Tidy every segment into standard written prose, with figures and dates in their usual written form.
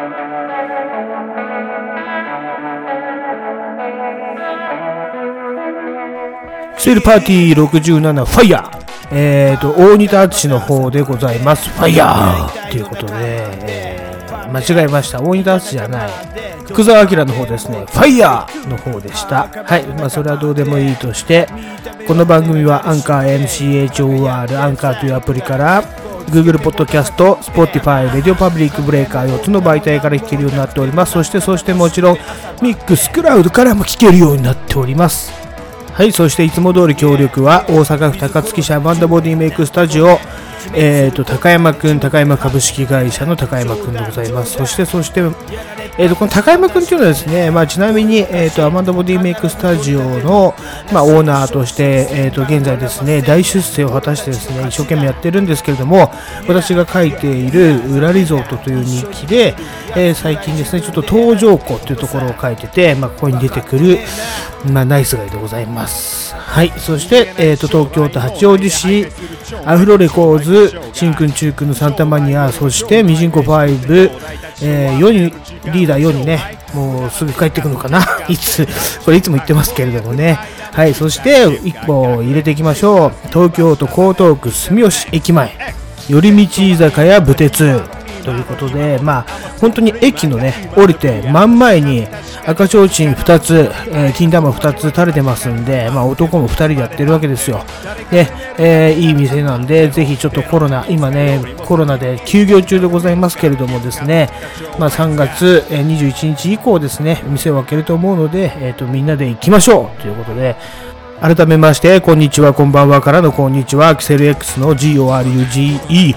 セールパーティー67ファイヤー、大仁田敦の方でございます。ファイヤーということで、間違えました。大仁田敦じゃない福澤明の方ですね。ファイヤーの方でした。はい、それはどうでもいいとして、この番組はアンカー NCHOR アンカーというアプリから Google ポッドキャスト、Spotify、ラジオパブリックブレーカー4つの媒体から聞けるようになっております。そしてもちろんミックスクラウドからも聞けるようになっております。はい、そしていつも通り協力は大阪府高槻市アマンダボディメイクスタジオ、高山株式会社の高山くんでございます。そしてこの高山くんというのはですね、ちなみに、アマンダボディメイクスタジオの、オーナーとして、現在ですね、大出世を果たしてですね、一生懸命やってるんですけれども、私が書いている裏リゾートという日記で、最近ですね、ちょっと東条湖というところを書いてて、ここに出てくる、ナイスガイでございます。はい、そして、東京都八王子市アフロレコーズ新君中君のサンタマニア、そしてミジンコ5、世にリーダー世にね、もうすぐ帰ってくるのかなこれいつも言ってますけれどもね。はい、そして一歩入れていきましょう。東京都江東区住吉駅前寄り道居酒屋ぶてつということで、本当に駅のね降りて真ん前に赤ちょうちん2つ、金玉2つ垂れてますんで、男も2人でやってるわけですよ。で、いい店なんで、ぜひちょっと今ねコロナで休業中でございますけれどもですね、3月21日以降ですね店を開けると思うので、みんなで行きましょうということで、改めましてこんにちはこんばんはからのこんにちは、キセル X の GORUGE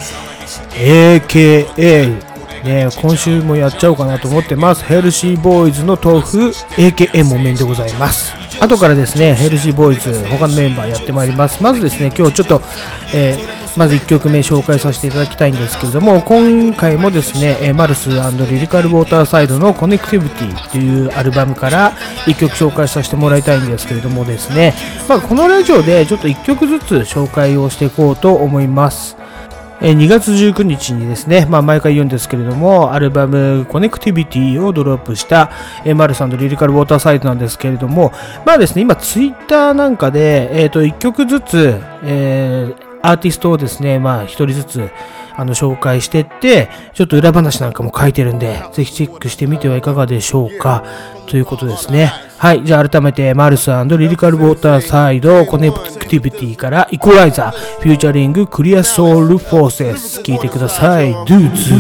AKA、今週もやっちゃおうかなと思ってます。ヘルシーボーイズの豆腐 AKA 木綿でございます。後からですねヘルシーボーイズ他のメンバーやってまいります。まずですね今日ちょっと、まず1曲目紹介させていただきたいんですけれども、今回もですねマルス&リリカルウォーターサイドのコネクティビティというアルバムから1曲紹介させてもらいたいんですけれどもですね、このラジオでちょっと1曲ずつ紹介をしていこうと思います。2月19日にですね、毎回言うんですけれども、アルバムコネクティビティをドロップした、マルス&リリカルウォーターサイドなんですけれども、ですね、今ツイッターなんかで、1曲ずつ、アーティストをですね、1人ずつ紹介してって、ちょっと裏話なんかも書いてるんで、ぜひチェックしてみてはいかがでしょうかということですね。はい、じゃあ改めてマルス&リリカルウォーターサイドコネクティビティからイコライザーフューチャリングクリアソウルフォーセス聞いてください。ドゥーズ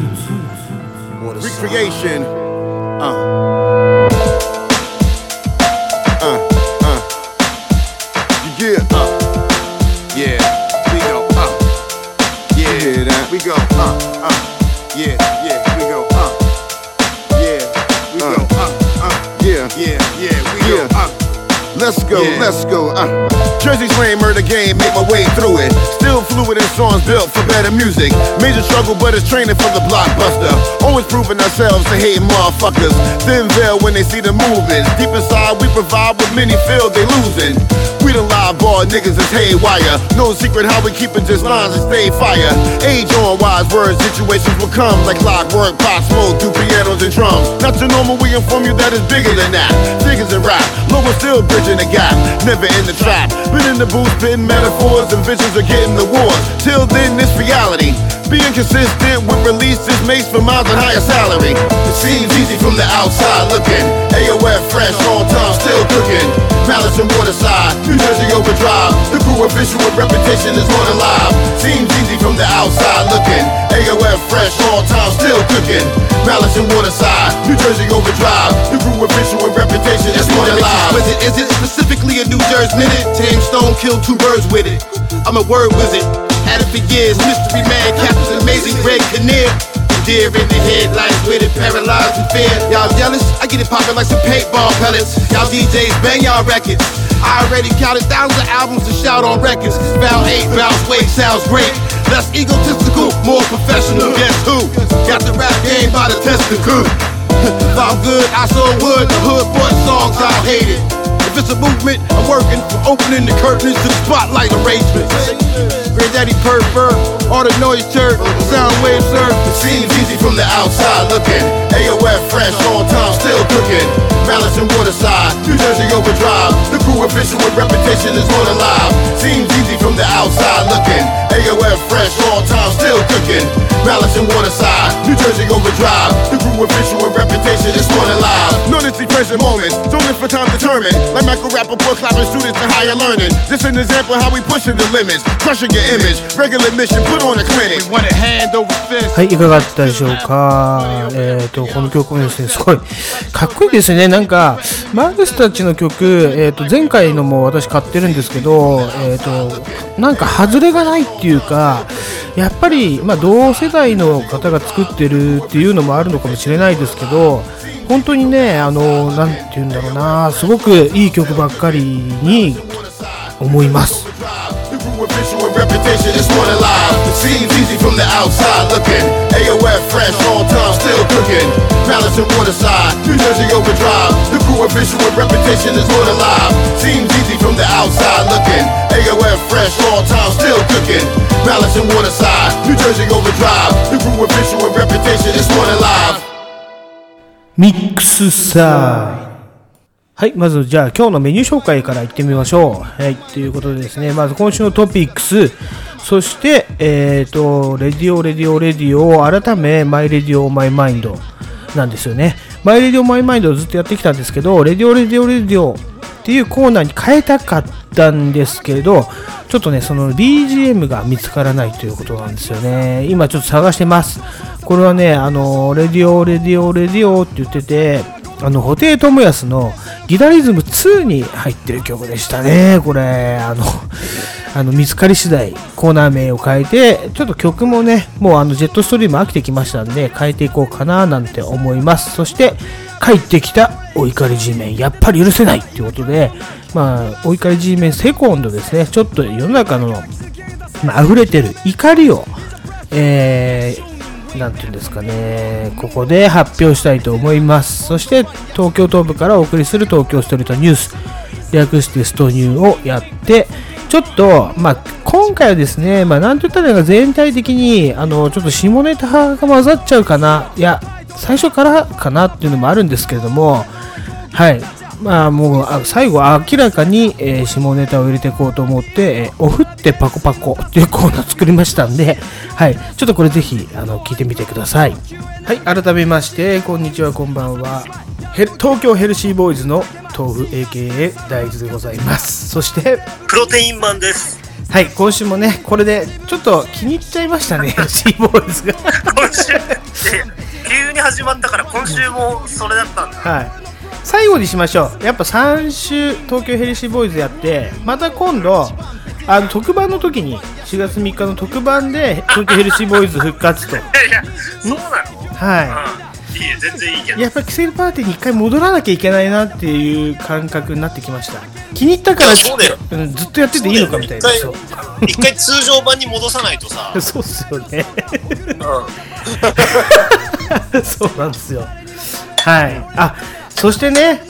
Recreation Yeah, we go yeah, that we go yeah, we go yeah, we go Let's go. Jersey's rain murder game, make my way through it. Still fluid in songs built for better music. Major struggle, but it's training for the blockbuster. Always proving ourselves to hate motherfuckers. Thin veil when they see the movements. Deep inside, we provide what many feel they losing. We done live ball niggas is haywire. No secret how we keep it, just lines and stay fire. Age on wise words, situations will come like clockwork, pop smoke, two pianos and drums. Not your normal, we inform you that it's bigger than that. Figures and rap, lower still bridging the gap. Never in the trap, been in the booth, spitting metaphors and visions of getting the awards. Till then, this reality. Being consistent with releases makes for miles and higher salary. It seems easy from the outside looking. AOF fresh, on time, still cooking. Malice and Waterside, New Jersey overdrive. The crew official with reputation is on alive. Seems easy from the outside looking. AOF fresh, on time, still cooking. Malice and Waterside, New Jersey overdrive. The crew official with reputation is on alive. Is it specifically a New Jersey minute? Tim Stone killed two birds with it. I'm a word wizard. Had it for years, mystery man, Captain Amazing, Greg Kinnear. Deer in the headlights with it, paralyzed in fear. Y'all jealous? I get it poppin' like some paintball pellets. Y'all DJs bang y'all records. I already counted thousands of albums to shout on records. Val 8, bounce, wait, sounds great. Less egotistical, more professional. Guess who? Got the rap game by the testicle. If I'm good, I so would. The hood boy songs I hated. If it's a movement, I'm working from opening the curtains to the spotlight arrangements. Granddaddy Pervert, all the noise chirp, sound wave surf. It seems easy from the outside looking. AOF fresh, on time, still cooking. Malice and Waterside, New Jersey Overdrive. The crew official with reputation is on alive. Seems easy from the outside looking. AOF fresh, on time, still cooking. Malice and Waterside, New Jersey Overdrive. The crew official with reputation is on alive. None of these present moments, don't live for time determined. Like Michael Rappaport clapping students in higher learning. Just an example how we pushing the limits, crushing your image. Regular mission, put on a clinic. We want it hand over fist. はい、いかがだったでしょうか。この曲もですね、すごいかっこいいですね。なんかマークスたちの曲、前回のも私買ってるんですけど、なんか外れがないっていうか、やっぱり同世代の方が作ってるっていうのもあるのかもしれないですけど、本当にね、なんていうんだろうな、すごくいい曲ばっかりに思います。 Official with reputation is one alive. It seems easy from the outside looking. AOF fresh, on time, still cooking. Malice and Waterside, New Jersey Overdrive. The crew official with reputation is one alive. Seems easy from the outside looking. AOF fresh, on time, still cooking. Malice and Waterside, New Jersey Overdrive. The crew official with reputation is one alive. ミックスサイ。はい、まずじゃあ今日のメニュー紹介からいってみましょう。はい、ということでですね、まず今週のトピックス、そしてレディオ改めマイレディオマイマインドなんですよね。マイレディオマイマインドをずっとやってきたんですけど、レディオっていうコーナーに変えたかったんですけれど、ちょっとねその BGM が見つからないということなんですよね。今ちょっと探してます。これはね、レディオって言ってて、布袋寅泰のギタリズム2に入ってる曲でしたね。これ見つかり次第コーナー名を変えて、ちょっと曲もね、もうジェットストリーム飽きてきましたんで変えていこうかななんて思います。そして帰ってきたお怒り G メン、やっぱり許せないということで、お怒り G メンセコンドですね。ちょっと世の中の、溢れてる怒りを、なんていうんですかね、ここで発表したいと思います。そして東京東部からお送りする東京ストリートニュース、略してストニューをやって、ちょっと今回はですね、なんといったらいいのか、全体的にちょっと下ネタが混ざっちゃうかな、いや最初からかなっていうのもあるんですけれども、はい、もう最後は明らかに、下ネタを入れていこうと思って、おふってパコパコっていうコーナー作りましたんで、はい、ちょっとこれぜひ聞いてみてください。はい、改めましてこんにちは、こんばんは。東京ヘルシーボーイズの豆腐 AKA 大豆でございます。そしてプロテインマンです。 はい、今週もねこれでちょっと気に入っちゃいましたねヘルシーボーイズが今週急に始まったから今週もそれだったんだ。 はい、最後にしましょう。やっぱ3週東京ヘルシーボーイズやって、また今度特番の時に4月3日の特番で東京ヘルシーボーイズ復活と。 いやそうなの。 はい、 いいよ、全然いいけど、 やっぱりキセルパーティーに一回戻らなきゃいけないなっていう感覚になってきました。気に入ったからそうだよ、 ずっとやってていいのかみたいな。 一回通常版に戻さないとさそうっすよねそうなんですよ。はい、そしてね、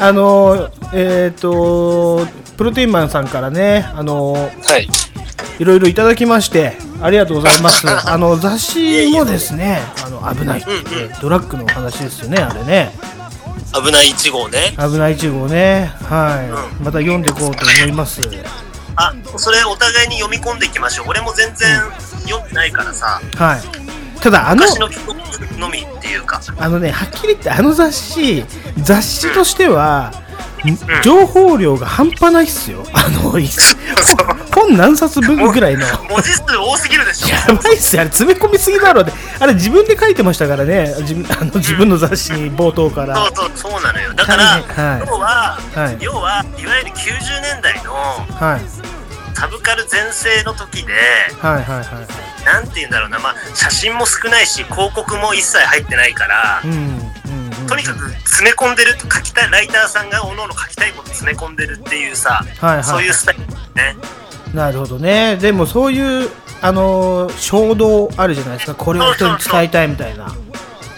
プロテインマンさんからね、 はい、 いろいろいただきましてありがとうございます。雑誌もですね、危ないって、ドラッグの話ですよね、あれね。 危ない1号ね。 危ない1号ね。はい、また読んでいこうと思います。 それお互いに読み込んでいきましょう。俺も全然読んでないからさ。 はい。ただ昔の曲のみっていうか、 はっきり言って雑誌としては、情報量が半端ないっすよ。本何冊分ぐらいの文字数多すぎるでしょ。 やばいっすよ、あれ詰め込みすぎだろうで。あれ自分で書いてましたからね、自分の雑誌に冒頭から。 そうなのよ。だから、要はいわゆる90年代のサブカル全盛の時で、なんていうんだろうな、写真も少ないし広告も一切入ってないから、とにかく詰め込んでる、書きたいライターさんがおのおの書きたいこと詰め込んでるっていうさ、そういうスタイルね。なるほどね。でもそういう衝動あるじゃないですか。これを人に伝えたいみたいな。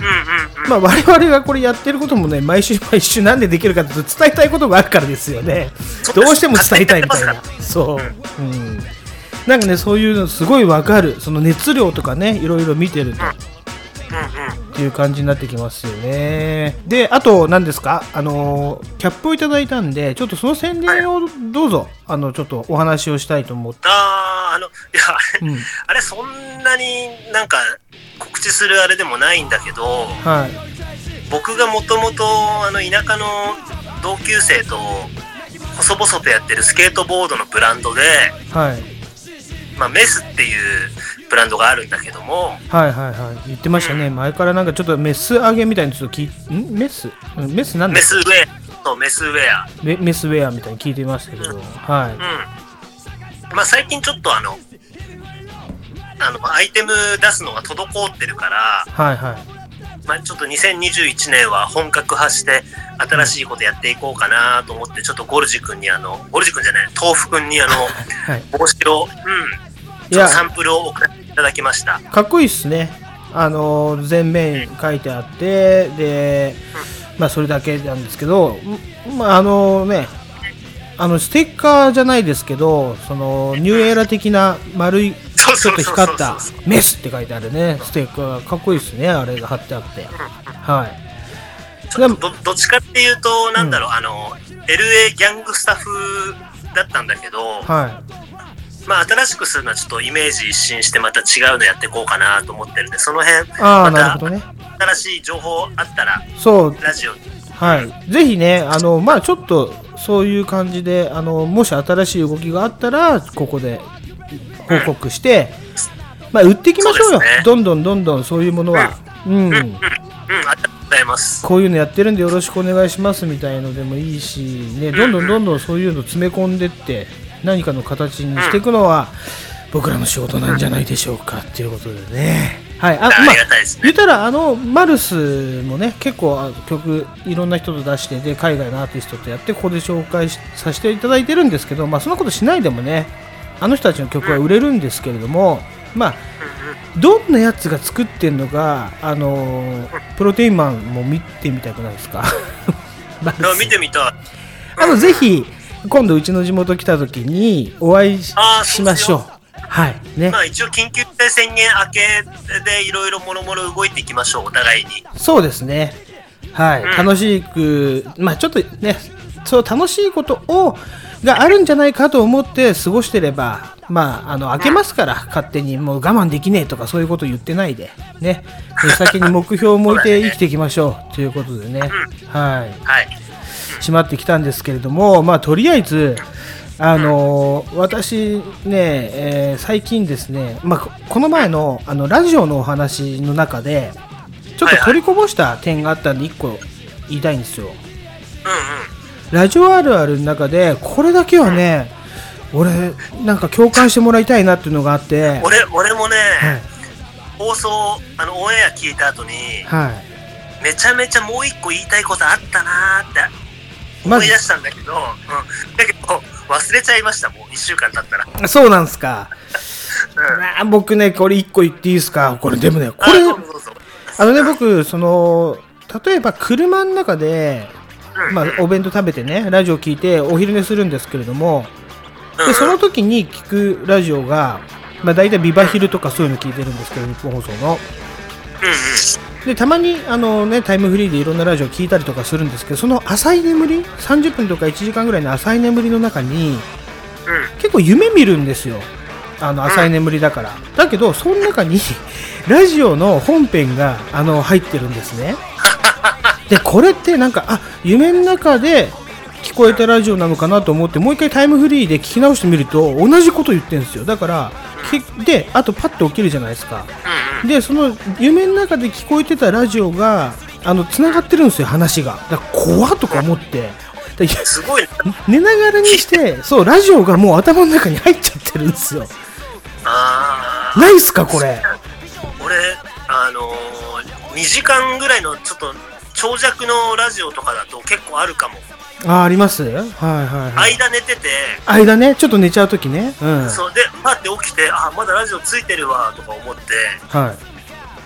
まあ我々がこれやってることもね、毎週毎週なんでできるかというと伝えたいことがあるからですよね。どうしても伝えたいみたいな。そう、なんかね、そういうのすごいわかる。その熱量とかね、いろいろ見てると、っていう感じになってきますよね。で、あと何ですか、キャップをいただいたんで、ちょっとその宣伝をどうぞ、ちょっとお話をしたいと思って。 いや、あれそんなになんか告知するあれでもないんだけど、はい、僕がもともと田舎の同級生と細々とやってるスケートボードのブランドで、はい、まあ、メスっていうブランドがあるんだけども、はいはいはい、 言ってましたね、前からなんかちょっとメス上げみたいにちょっとメスなんだっけ、 メスウェア、メスウェア、 メスウェアみたいに聞いてましたけど、はい、 まあ、最近ちょっとアイテム出すのが滞ってるから、はいはい、まあ、ちょっと2021年は本格化して新しいことやっていこうかなと思って、ちょっとゴルジ君にゴルジ君じゃない豆腐君にはい、帽子を、ちょっとサンプルを送っていただきました。 かっこいいっすね。全面書いてあって、で、まあそれだけなんですけど、まあね、ステッカーじゃないですけど、そのニューエラ的な丸いちょっと光ったメスって書いてあるね、ステッカーかっこいいですね、あれが貼ってあって、はい。 ちょっとどっちかっていうと、なんだろう、LA ギャングスタ風だったんだけど、はい、まあ新しくするのはちょっとイメージ一新してまた違うのやっていこうかなと思ってるんで、その辺また新しい情報あったらラジオ、 はい、ぜひね、まあちょっとそういう感じで、もし新しい動きがあったらここで報告して、まあ売っていきましょうよ、ね、どんどんそういうものは、 ありがとうございます。 こういうのやってるんでよろしくお願いしますみたいのでもいいしね、どんどんそういうの詰め込んでって何かの形にしていくのは僕らの仕事なんじゃないでしょうかっていうことでね。はい、 ありがたいですね。 言ったらマルスもね、結構曲いろんな人と出して、で海外のアーティストとやってここで紹介させていただいてるんですけど、まあそんなことしないでもね、あの人たちの曲は売れるんですけれども、まあどんなやつが作ってんのか、プロテインマンも見てみたくないですか？ 見てみたい。ぜひ今度うちの地元来た時にお会いしましょう。はいね。 まあ一応緊急事態宣言明けでいろいろもろもろ動いていきましょう、お互いに。 そうですね。はい、楽しく、まあちょっとね、そう楽しいことがあるんじゃないかと思って過ごしてれば、まあ開けますから、勝手にもう我慢できねえとかそういうこと言ってないでね、先に目標を向いて生きていきましょうということでね、はい、閉まってきたんですけれども、まあとりあえず私ね、最近ですね、まあ、この前のラジオのお話の中でちょっと取りこぼした点があったんで1個言いたいんですよ。ラジオあるあるの中でこれだけはね、俺なんか共感してもらいたいなっていうのがあって、 俺もね、放送オンエア聞いた後に、めちゃめちゃもう1個言いたいことあったなーって思い出したんだけど、だけど忘れちゃいました。もう1週間経ったら。 そうなんすか。僕ね、これ1個言っていいですか。これでもね、これ僕例えば車の中で、まあ、お弁当食べてね、ラジオ聞いてお昼寝するんですけれども、でその時に聞くラジオが、まあ、大体ビバヒルとかそういうの聞いてるんですけど、日本放送の。でたまにタイムフリーでいろんなラジオ聞いたりとかするんですけど、その浅い眠り、30分とか1時間ぐらいの浅い眠りの中に、結構夢見るんですよ、浅い眠りだから。だけどその中にラジオの本編が入ってるんですね。でこれってなんか夢の中で聞こえたラジオなのかなと思ってもう一回タイムフリーで聞き直してみると同じこと言ってるんですよ。だからであとパッと起きるじゃないですか。でその夢の中で聞こえてたラジオが繋がってるんですよ、話が。だから怖っとか思ってすごい寝ながらにしてそうラジオがもう頭の中に入っちゃってるんですよ。ないっすかこれ。 俺2時間ぐらいのちょっと長尺のラジオとかだと結構あるかも。 あります。 間寝てて、 間ね、ちょっと寝ちゃうときね、 そうでパッて起きて、まだラジオついてるわとか思って、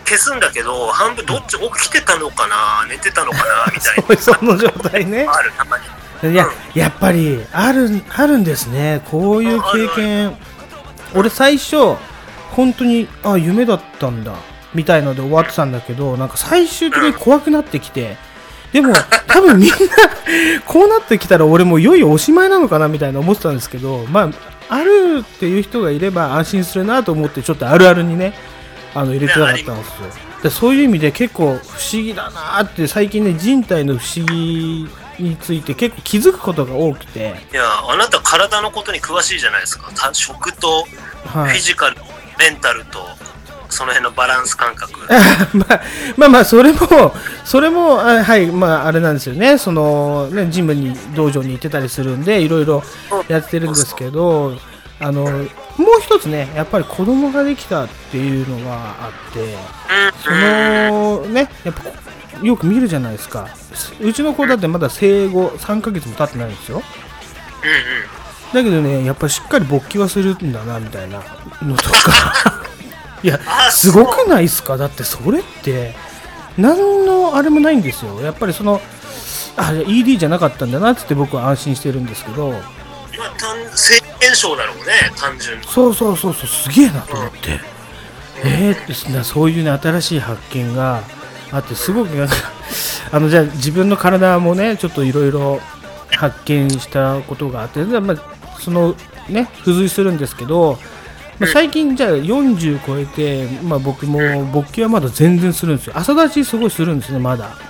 消すんだけど、半分どっち起きてたのかな、寝てたのかなみたいなその状態ね。 ある、たまに。 いや、やっぱりあるんですね、こういう経験。俺最初本当に夢だったんだみたいので終わってたんだけど、なんか最終的に怖くなってきて、でも多分みんなこうなってきたら俺もいよいよおしまいなのかなみたいな思ってたんですけど、まああるっていう人がいれば安心するなと思って、ちょっとあるあるにね入れてなかったんですよ。でそういう意味で結構不思議だなって最近ね、人体の不思議について結構気づくことが多くて。 いや、あなた体のことに詳しいじゃないですか。食とフィジカル、メンタルとその辺のバランス感覚まあそれもはい、まああれなんですよね、そのねジムに道場に行ってたりするんでいろいろやってるんですけど、もう一つね、やっぱり子供ができたっていうのがあって、そのね、やっぱよく見るじゃないですか。うちの子だってまだ生後3ヶ月も経ってないんですよ。だけどね、やっぱりしっかり勃起はするんだなみたいなのとかいや、すごくないですか。だってそれって何のあれもないんですよ。やっぱりそのED じゃなかったんだなって僕は安心してるんですけど、 性現象だろうね、単純に。 そうすげえなと思って、そういうね新しい発見があって、すごくなんかじゃあ自分の体もねちょっといろいろ発見したことがあって、まあ、そのね付随するんですけど、まあ、最近じゃあ40超えて、まあ、僕も勃起はまだ全然するんですよ。朝立ちすごいするんですね、まだ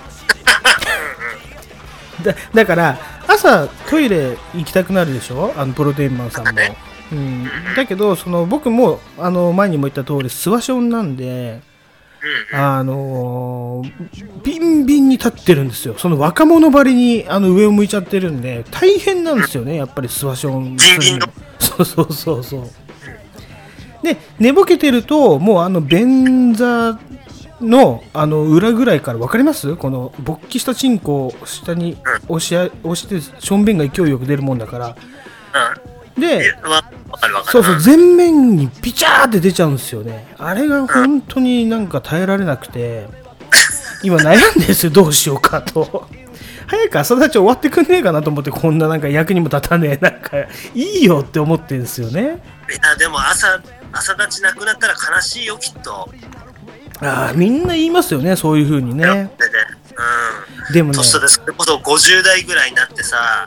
だから朝トイレ行きたくなるでしょ、プロテインマンさんも、だけどその僕も前にも言った通りスワションなんで、ビンビンに立ってるんですよ。その若者ばりに上を向いちゃってるんで大変なんですよね、やっぱりスワションするの。そうで、寝ぼけてるともう便座の裏ぐらいから分かります？この勃起したチンコを下に押してしょんべんが勢いよく出るもんだから、でそう全面にピチャーって出ちゃうんですよね。あれが本当になんか耐えられなくて今悩んでるんですよ、どうしようかと早く朝立ち終わってくんねえかなと思って、こんななんか役にも立たねえ、なんかいいよって思ってるんですよね。 いやでも朝立ちなくなったら悲しいよきっと。 みんな言いますよね、そういう風にね。でもね、 それこそ50代ぐらいになってさ、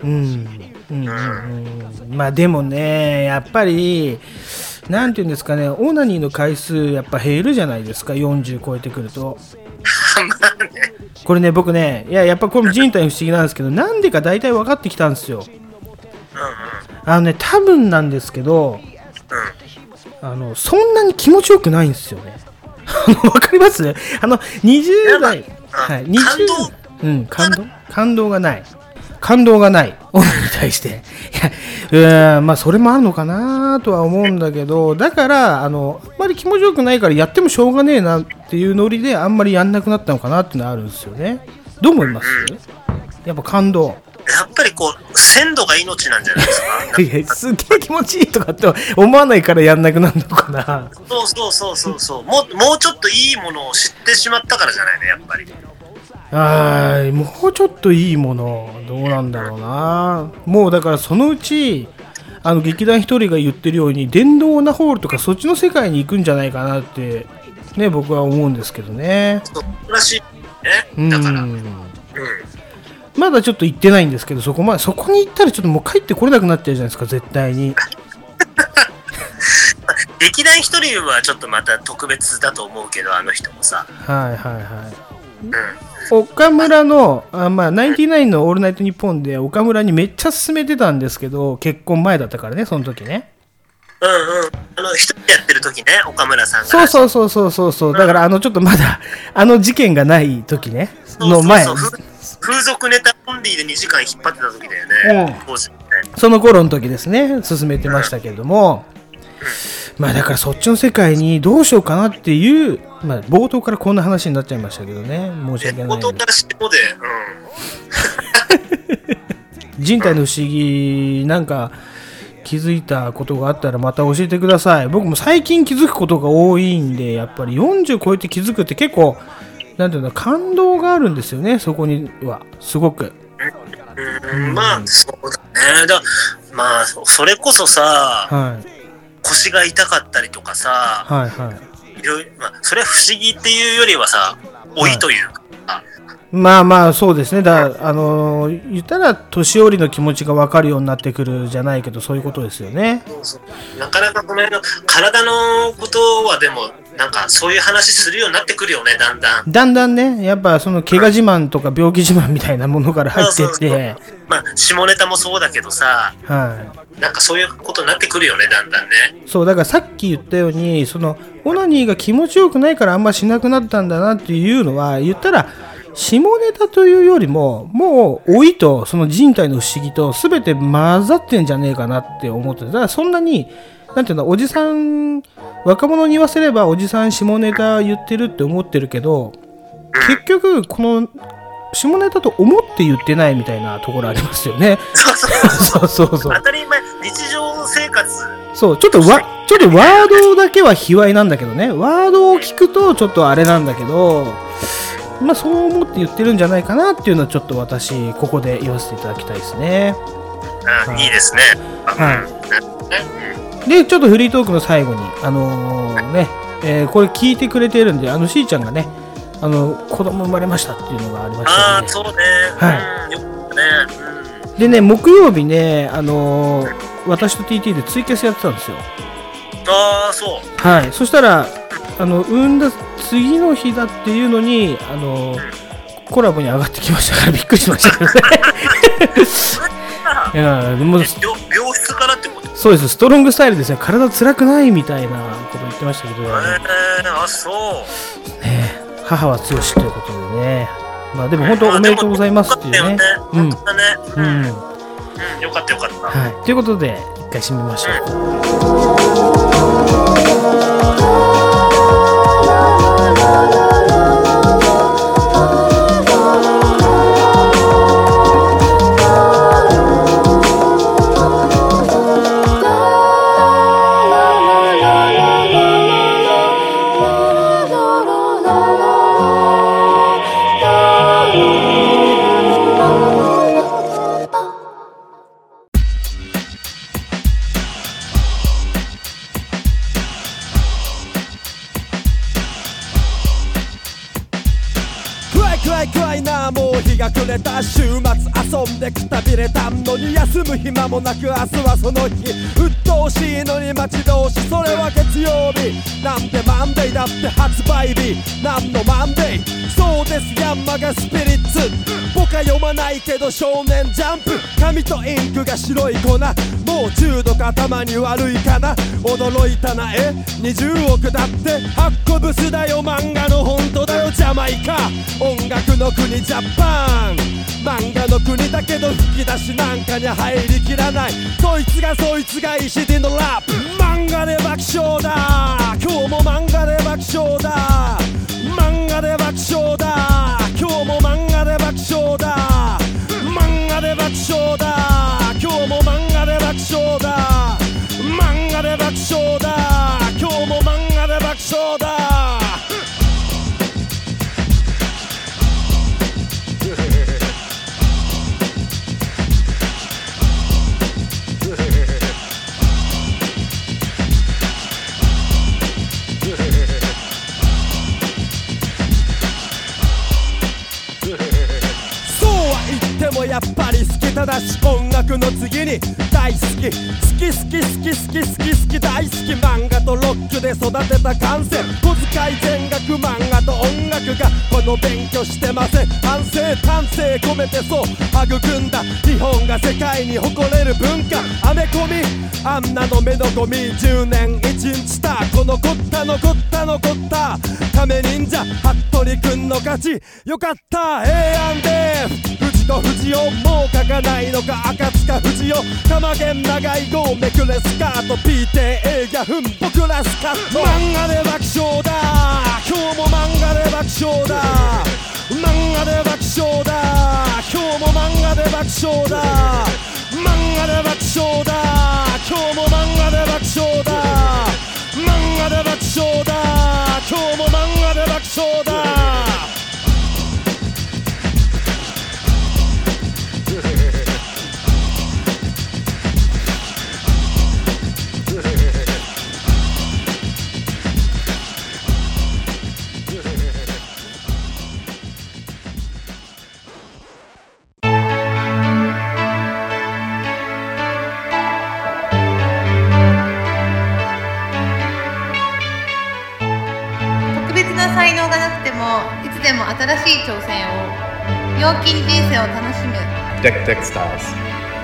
まあでもね、やっぱりなんていうんですかね、オナニーの回数やっぱ減るじゃないですか、40超えてくるとこれね、僕ね、やっぱこれも人体の不思議なんですけど、なんでか大体分かってきたんですよ。多分なんですけど、そんなに気持ちよくないんですよねわかります？20代、はい、感動がない女に対して。まあそれもあるのかなとは思うんだけど、だからあんまり気持ちよくないからやってもしょうがねえなっていうノリであんまりやんなくなったのかなっていうのはあるんですよね。どう思います？やっぱ感動。 やっぱりこう鮮度が命なんじゃないですか。 すげえ気持ちいいとかって思わないからやんなくなるのかな。 そうもうちょっといいものを知ってしまったからじゃないね、やっぱり。 もうちょっといいものどうなんだろうな。もうだからそのうち劇団一人が言ってるように電動オナホールとかそっちの世界に行くんじゃないかなってね、僕は思うんですけどね。 そうらしいね。だからまだちょっと行ってないんですけど、そこに行ったらちょっともう帰ってこれなくなっちゃうじゃないですか、絶対に劇団一人はちょっとまた特別だと思うけど、あの人もさ、岡村のナインティナインのオールナイトニッポンで岡村にめっちゃ勧めてたんですけど、結婚前だったからね、その時ね。 一人でやってる時ね、岡村さんが。 そう、だからちょっとまだ事件がない時ね、の前。 風俗ネタオンリーで2時間引っ張ってた時だよね、 その頃の時ですね、進めてましたけれども、まあだからそっちの世界にどうしようかなっていう、冒頭からこんな話になっちゃいましたけどね、申し訳ない。 冒頭からしてもで、 人体の不思議なんか聞気づいたことがあったらまた教えてください。僕も最近気づくことが多いんで、やっぱり40超えて気づくって結構なんていうの、感動があるんですよね、そこにはすごく。 まあそうだね。まあそれこそさ、はい、腰が痛かったりとかさ、はいはい、まあ、それは不思議っていうよりはさ、老いというか、はい、まあまあそうですね。言ったら年寄りの気持ちが分かるようになってくるじゃないけど、そういうことですよね。そうなかなかこの体のことはでもなんかそういう話するようになってくるよね、だんだんね。やっぱその怪我自慢とか病気自慢みたいなものから入ってって、まあ下ネタもそうだけどさ、はい、なんかそういうことになってくるよね、だんだんね。そうだからさっき言ったように、そのオナニーが気持ちよくないからあんましなくなったんだなっていうのは、言ったら下ネタというよりも、もう老いとその人体の不思議と全て混ざってんじゃねえかなって思って、だからそんなになんていうの、おじさん、若者に言わせればおじさん下ネタ言ってるって思ってるけど、結局この下ネタと思って言ってないみたいなところありますよね。そう当たり前、日常生活。そう、ちょっとワードだけは卑猥なんだけどね。ワードを聞くとちょっとあれなんだけど、まあそう思って言ってるんじゃないかなっていうのはちょっと私ここで言わせていただきたいですね。いいですね。はい。でちょっとフリートークの最後にこれ聞いてくれてるんで、しーちゃんがね子供生まれましたっていうのがありましたので、あ、そうね、はい、よかったね、うん、でね、木曜日ね私と TT でツイキャスやってたんですよ。ああ、そう。はい。そしたら産んだ次の日だっていうのにコラボに上がってきましたからびっくりしましたけどね。いやもう病室からってこと？そうです。ストロングスタイルですね。体辛くないみたいなこと言ってましたけど、あ、そうね。母は強しということでね。まあでも本当おめでとうございますっていうね。うん。よかったよかった。はい。ということで一回締めましょう。週末遊んでくたびれたのに休む暇もなく、明日はその日鬱陶しいのに待ち遠し、それは月曜日なんでマンデーだって発売日なんのマンデー、そうですヤンマがスピリッツ、僕は読まないけど少年ジャンプ、紙とインクが白い粉、もう中毒頭に悪いかな、驚いたな20億だって発行ブスだよ、漫画の本当だよジャマイカ、音楽の国ジャパン、漫画の国だけど吹き出しなんかに入りきらない、そいつが石でのラップ、漫画で爆笑だ今日も漫画で爆笑だ、漫画で爆笑だ今日も漫画で爆笑だ、漫画で爆笑だ今日も漫画で爆笑だ、漫画で爆笑だ今日も漫画で爆笑だ。やっぱり好き、ただし音楽の次に大好き大好き、漫画とロックで育てた感性、小遣い全額漫画と音楽がこの勉強してません、反省丹精込めてそう育んだ日本が世界に誇れる文化、アメコミあんなの目のゴミ10年1日たこの残った亀忍者服部くんの勝ち、よかった平安で藤子不二雄もう書かないのか、赤塚不二夫玉源長い号めくれスカート PT 映画僕らスカッと、漫画で爆笑だ今日も漫画で爆笑だ、漫画で爆笑だ今日も漫画で爆笑だ、漫画で爆笑だ今日画で爆笑だ、今日も漫画で爆笑だ。 才能がなくてもいつでも新しい挑戦を、陽気に人生を楽しむデクテクスターズ。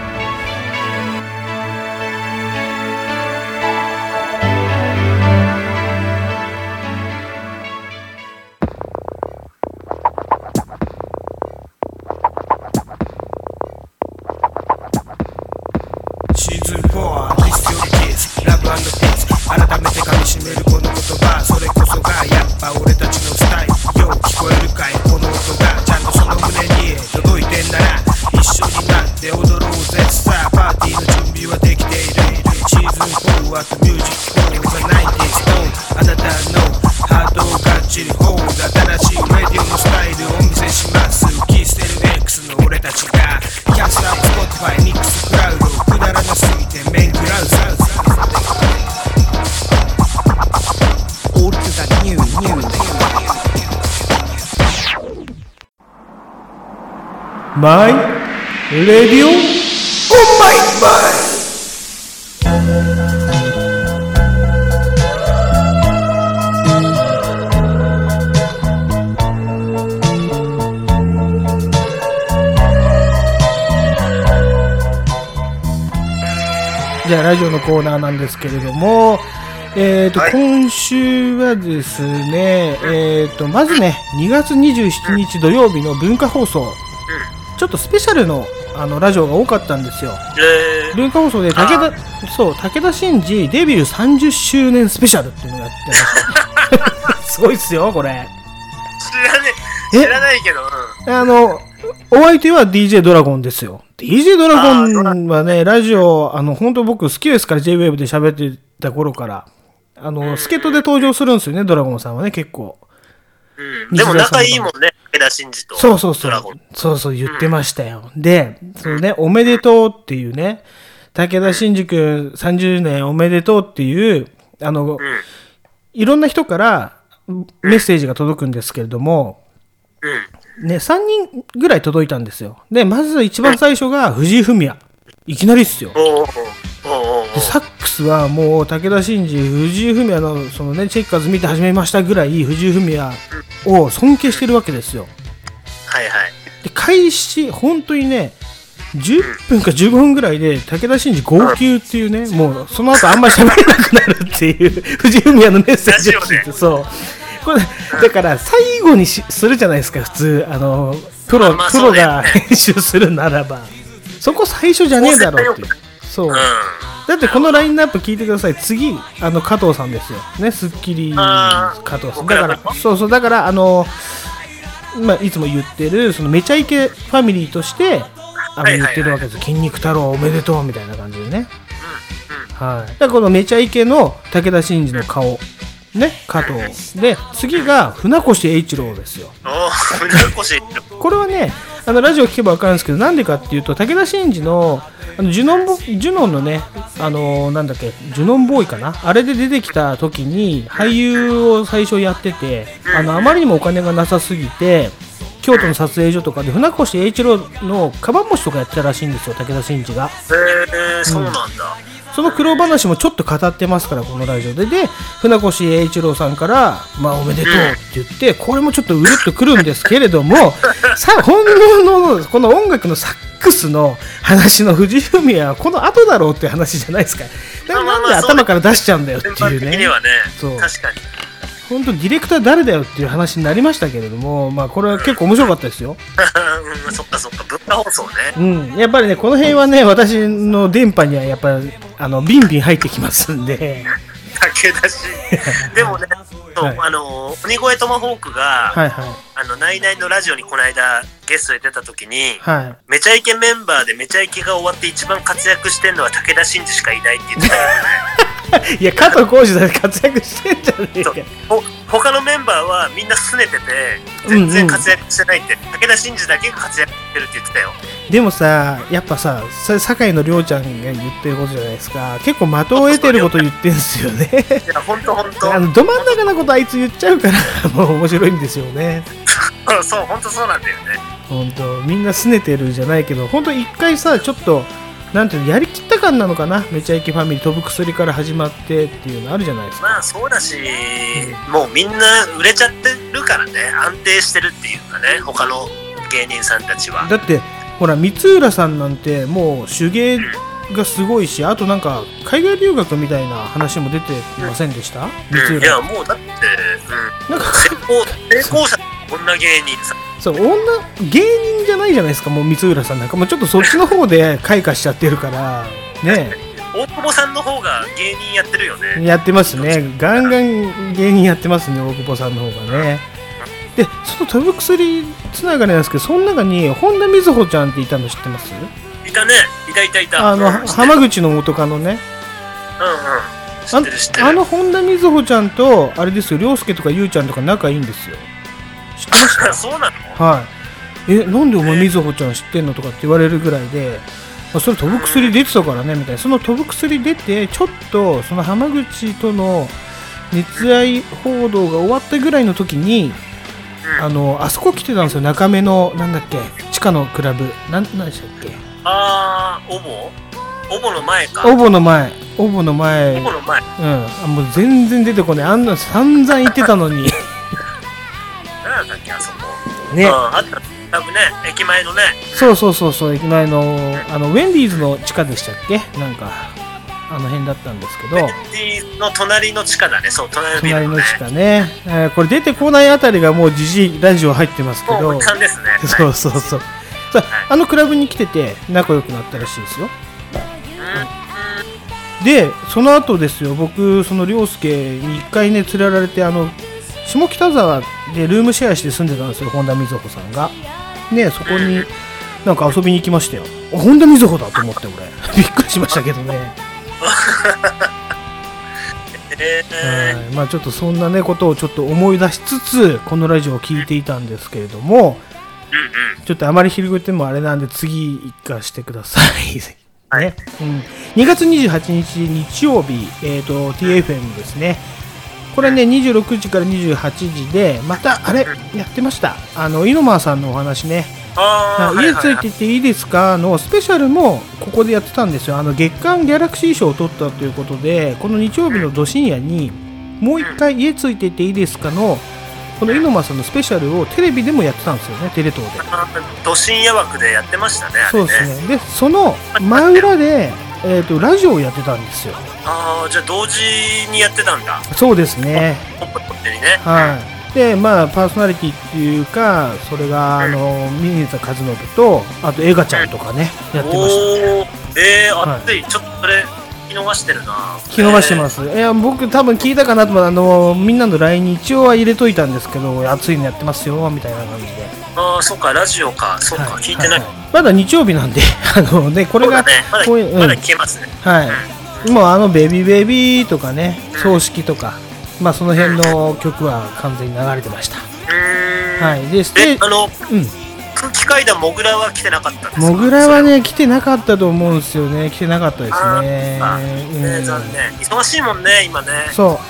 シーズン4はディスよりキス、ラブ&ピース、改めて噛み締めるこの言葉、それこそがやっぱ俺たちのスタイル。よう聞こえるかいこの音が、ちゃんとその胸に届いてんなら一緒になって踊ろうぜ。さあパーティーの準備はできている。シーズン4はミュージック4が90sトーン、あなたのハートをがっちりホール、新しいラディオのスタイルをお見せします。キーステル X の俺たちがキャンセルアップスポットファイミックスクラウド、くだらなすぎてメンクラウザーズ。All to the new My Radio Oh my my。じゃあラジオのコーナーなんですけれども、はい、今週はですね、まずね、2月27日土曜日の文化放送、ちょっとスペシャルのラジオが多かったんですよ。文化放送で武田真治デビュー30周年スペシャルっていうのをやってましたすごいっすよこれ。 知らないけど、 お相手は DJ ドラゴンですよ。DJ ドラゴンはね、ラジオ本当僕好きですから、 J-Wave で喋ってた頃から助っ人で登場するんですよね、ドラゴンさんはね、結構。 でも仲いいもんね、武田真治とドラゴン。 そう言ってましたよ。で、そのね、おめでとうっていうね、武田真治くん30年おめでとうっていういろんな人からメッセージが届くんですけれども、ね、3人ぐらい届いたんですよ。で、まず一番最初が藤井フミヤ。いきなりっすよ。でサックスはもう武田真治、藤井フミヤのそのね、チェッカーズ見て始めましたぐらい藤井フミヤを尊敬してるわけですよ。 はいはい。 で、開始本当にね、10分か15分ぐらいで武田真治号泣っていうね、もうその後あんまり喋れなくなるっていう藤井フミヤのメッセージを聞いて、そうこれだから最後にするじゃないですか、普通プロが編集するならば、そこ最初じゃねえだろうっていう。そう、だってこのラインナップ聞いてください。次加藤さんですよね、スッキリ加藤さんだから、そうだからいつも言ってるそのめちゃイケファミリーとして言ってるわけです。筋肉太郎おめでとうみたいな感じでね。はい。だからこのめちゃイケの武田真治の顔ね、加藤で、次が船越英一郎ですよ。これはね、ラジオ聞けば分かるんですけど、なんでかっていうと、武田真治のジュノンのね、なんだっけ、ジュノンボーイかな、あれで出てきた時に俳優を最初やってて、あまりにもお金がなさすぎて、京都の撮影所とかで船越英一郎のカバン持ちとかやってたらしいんですよ、武田真治が。 そうなんだ。 その苦労話もちょっと語ってますから、このラジオで。で、船越英一郎さんから、おめでとうって言って、これもちょっとうるっとくるんですけれども、本物のこの音楽のサックスの話の藤井フミヤはこの後だろうっていう話じゃないですか。なんで頭から出しちゃうんだよっていうね。 そう。確かに。 本当ディレクター誰だよっていう話になりましたけれども、これは結構面白かったですよ。 そっか、文化放送ね。 やっぱりね、この辺はね、私の電波にはやっぱビンビン入ってきますんで。 武田真治。でもね、鬼越トマホークが、ナイナイのラジオにこの間ゲストで出た時に、めちゃイケメンバーでめちゃイケが終わって一番活躍してるのは武田真治しかいないって言ってたけどね。 いや加藤浩次だって活躍してんじゃねえか。 他のメンバーはみんな拗ねてて全然活躍してないって、武田真治だけが活躍してるって言ってたよ。 でもさ、やっぱさ、酒井のりょうちゃんが言ってることじゃないですか。結構的を得てること言ってんすよね。 いや本当ど真ん中なことあいつ言っちゃうからもう面白いんですよね。 そう本当そうなんだよね。 本当みんな拗ねてるじゃないけど、本当一回さちょっとなんていうの、やりきった感なのかな。めちゃイケファミリー飛ぶ薬から始まってっていうのあるじゃないですか。 まあそうだし、もうみんな売れちゃってるからね、安定してるっていうかね、他の芸人さんたちは。だってほら光浦さんなんてもう手芸がすごいし、あとなんか海外留学みたいな話も出てませんでした？光浦。 いやもうだって、なんか成功者女芸人さん。 そう、芸人じゃないじゃないですか。もう光浦さんなんかもうちょっとそっちの方で開花しちゃってるからね。 大久保さんの方が芸人やってるよね。 やってますね。ガンガン芸人やってますね、大久保さんの方がね。で、その飛ぶ薬つながりなんですけど、その中に本田瑞穂ちゃんっていたの知ってます？ いたね。いた。 浜口の元カノね。知ってる。本田瑞穂ちゃんとあれですよ、涼介とかゆうちゃんとか仲いいんですよ。知ってました？ そうなの？ はい。なんでお前瑞穂ちゃん知ってんのとかって言われるぐらいで、それ飛ぶ薬出てたからねみたいな。その飛ぶ薬出てちょっとその浜口との熱愛報道が終わったぐらいの時に、あそこ来てたんですよ。中目のなんだっけ、地下のクラブなんでしたっけ？ オボの前か。 オボの前。うん。もう全然出てこない。あんな散々言ってたのに。 なんだっけあそこ。 ね。 あった多分ね、駅前のね。 そう駅前のウェンディーズの地下でしたっけ？なんかあの辺だったんですけど。 ウェンディーズの隣の地下だね。そう、隣の地下ね。これ出てこないあたりがもうジジイラジオ入ってますけど。 もう勘ですね。 そう。さあ、クラブに来てて仲良くなったらしいですよ。で、その後ですよ、僕その涼介に一回ね連れられて下北沢でルームシェアして住んでたんですよ、本田瑞穂さんがね。そこになんか遊びに行きましたよ。本田瑞穂だと思って俺びっくりしましたけどね。まあちょっとそんなねことをちょっと思い出しつつこのラジオを聞いていたんですけれども、ちょっとあまり広げてもあれなんで次行かしてください。ね。2月28日日曜日、TFM ですね。これね26時から28時でまたあれやってました。井ノ間さんのお話ね。家ついてっていいですかのスペシャルもここでやってたんですよ。月間ギャラクシー賞を取ったということで、この日曜日のど深夜にもう一回家ついてっていいですかのこの井ノ間さんのスペシャルをテレビでもやってたんですよね、テレ東で。 ど深夜枠でやってましたね。 そうですね。でその真裏でラジオをやってたんですよ。 じゃあ同時にやってたんだ。 そうですね。はい。でパーソナリティっていうかそれが水田和信とあとエガちゃんとかねやってましたね。 熱い。ちょっとそれ聞き逃してるな。 聞き逃してます。僕多分聞いたかなとみんなの LINE に一応は入れといたんですけど、熱いのやってますよみたいな感じで。 そっか、ラジオか。そっか、聞いてない。 まだ日曜日なんでね、これがまだ聞けますね。 はい。もうベビーベビーとかね、葬式とかその辺の曲は完全に流れてました。はい。で空気階段モグラは来てなかったんですか？ モグラはね来てなかったと思うんですよね。来てなかったですね。 残念。忙しいもんね今ね。 そう。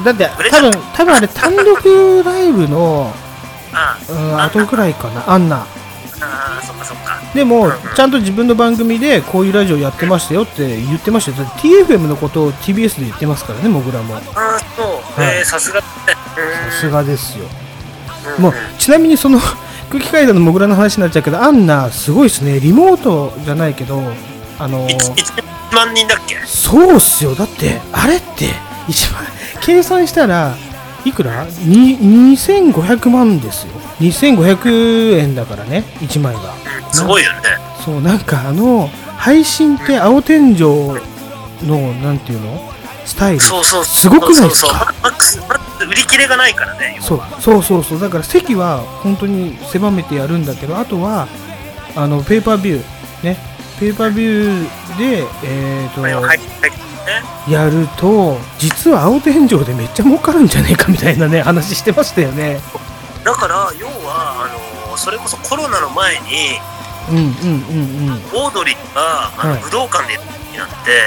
だって多分あれ単独ライブの後くらいかな。アンナ。 そっか。 でもちゃんと自分の番組でこういうラジオやってましたよって言ってましたよ。だって TFM のことを TBS で言ってますからね、モグラも。 さすが。さすがですよ。もうちなみにその空気階段のモグラの話になっちゃうけど、アンナすごいですね。リモートじゃないけど 1万人だっけ？ そうっすよ。だってあれって1万計算したらいくら？2500万ですよ。2500円だからね、1枚が。 すごいよね。 そう、なんか配信って青天井のなんていうのスタイルすごくないですか？ マックス売り切れがないからね。 そうだから席は本当に狭めてやるんだけど、あとはペーパービューね、ペーパービューでやると実は青天井でめっちゃ儲かるんじゃねえかみたいなね話してましたよね。 だから要はそれこそコロナの前にオードリーが武道館でやって、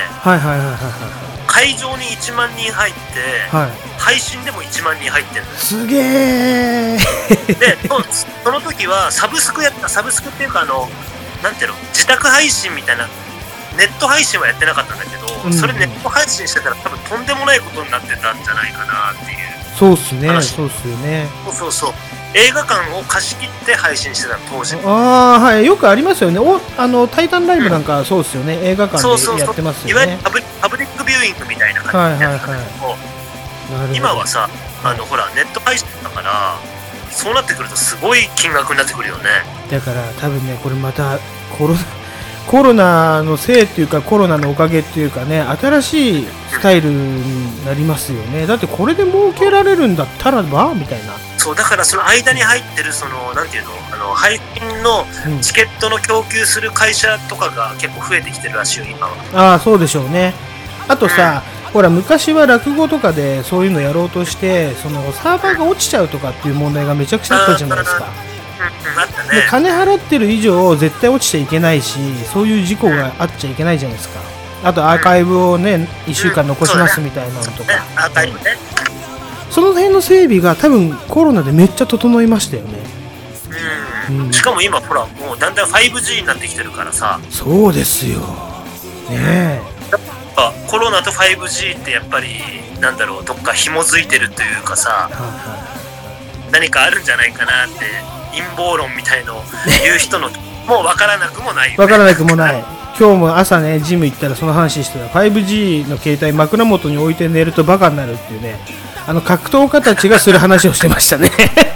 会場に1万人入って、配信でも1万人入ってるんです。 すげーでその時はサブスクっていうかなんていうの、自宅配信みたいなネット配信はやってなかったんだけど、それネット配信してたら多分とんでもないことになってたんじゃないかなっていう。 そうっすね。そうっすよね。 そう映画館を貸し切って配信してた当時。 はい、よくありますよね。タイタンライブなんかそうですよね。映画館でやってますよね。 いわゆるパブリックビューイングみたいな感じでやったんだけど、今はさほらネット配信だからそうなってくるとすごい金額になってくるよね。 だから多分ねこれまたコロナのせいっていうかコロナのおかげっていうかね、新しいスタイルになりますよね。だってこれで儲けられるんだったらばみたいな。 そうだからその間に入ってるなんていうの配信のチケットの供給する会社とかが結構増えてきてるらしいよ今は。 そうでしょうね。あとさ、ほら昔は落語とかでそういうのやろうとしてそのサーバーが落ちちゃうとかっていう問題がめちゃくちゃあったじゃないですか。で金払ってる以上絶対落ちちゃいけないし、そういう事故があっちゃいけないじゃないですか。あとアーカイブをね1週間残しますみたいなのとか、 アーカイブね。 その辺の整備が多分コロナでめっちゃ整いましたよね。 しかも今ほらもうだんだん 5G になってきてるからさ。 そうですよね。 コロナと 5G ってやっぱりなんだろう、どっか紐づいてるというかさ、何かあるんじゃないかなって陰謀論みたいのを言う人のもう分からなくもないよね。 分からなくもない。今日も朝ねジム行ったらその話してた。 5G の携帯枕元に置いて寝るとバカになるっていうね、格闘家たちがする話をしてましたね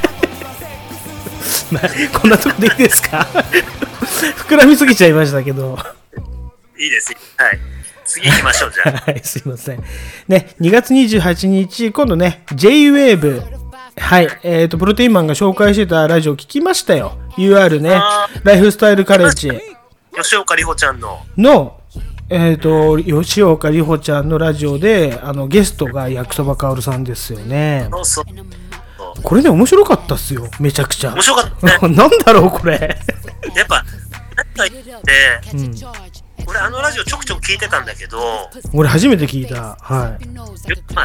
まあこんなとこでいいですか膨らみすぎちゃいましたけどいいです。はい、次行きましょうじゃあはいすいませんね。2月28日今度ね J-Wave、はい、プロテインマンが紹介してたラジオ聞きましたよ。 UR ね、ライフスタイルカレッジ吉岡里帆ちゃんの吉岡里帆ちゃんのラジオでゲストが焼きそばかおるさんですよね。 そうこれね面白かったっすよ。めちゃくちゃ面白かったねなんだろうこれやっぱ何か言って、俺ラジオちょくちょく聞いてたんだけど、 俺初めて聞いた。はい、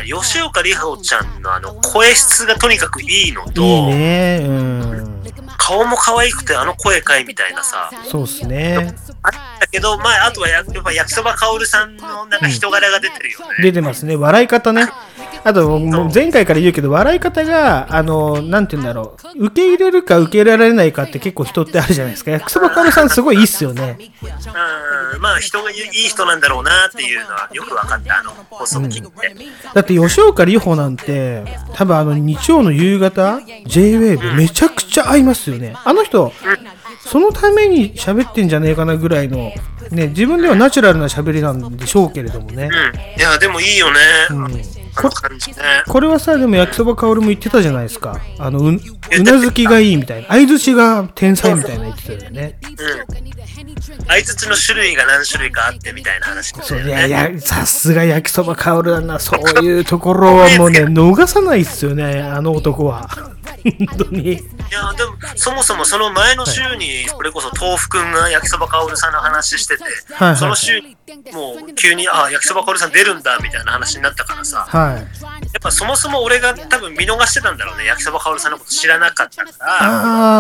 吉岡里帆ちゃんの声質がとにかくいいのと、 いいね。 顔も可愛くて声かいみたいなさ。 そうっすね。 だけどあとはやっぱ焼きそばかおるさんのなんか人柄が出てるよね。 出てますね。笑い方ね。あともう前回から言うけど笑い方がなんて言うんだろう、受け入れるか受け入れられないかって結構人ってあるじゃないですか。焼きそばかおるさんすごいいいっすよね。 まあ人がいい人なんだろうなっていうのはよく分かった放送を聞いて、 だって吉岡里帆なんて多分日曜の夕方 J-Wave めちゃくちゃ合いますよね。人、そのために喋ってんじゃねえかなぐらいのね、自分ではナチュラルな喋りなんでしょうけれどもね。 いやでもいいよね。 これはさ、でも焼きそばかおるも言ってたじゃないですか。うなずきがいいみたいな、相づちが天才みたいな言ってたよね。 相づちの種類が何種類かあってみたいな話ですよね。 いやさすが焼きそばかおるだな。そういうところはもうね逃さないっすよね、男は本当に。いやでもそもそもその前の週にそれこそ豆腐くんが焼きそばかおるさんの話してて、その週にもう急に焼きそばかおるさん出るんだみたいな話になったからさ、やっぱそもそも俺が多分見逃してたんだろうね。焼きそばかおるさんのこと知らなかったから。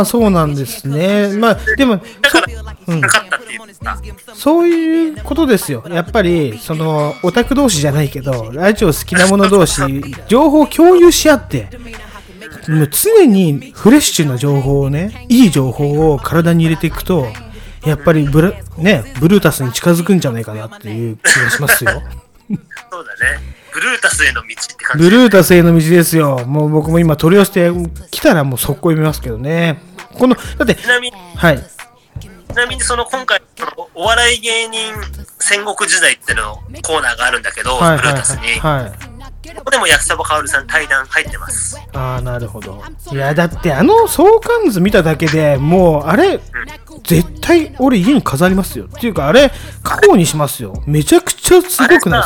そうなんですね。まあでもだからなかったっていうか、 そういうことですよ。やっぱりオタク同士じゃないけどラジオ好きな者同士情報を共有し合ってもう常にフレッシュな情報をね、いい情報を体に入れていくとやっぱりブルータスに近づくんじゃないかなっていう気がしますよそうだね、ブルータスへの道って感じ。ブルータスへの道ですよ。もう僕も今取り寄せてきたらもう速攻読みますけどね。だってちなみに今回お笑い芸人戦国時代ってのコーナーがあるんだけど、ブルータスに、ここでも焼きそばかおるさん対談入ってます。 なるほど。いやだって相関図見ただけでもう絶対俺家に飾りますよっていうか家宝にしますよ。めちゃくちゃすごくないですか。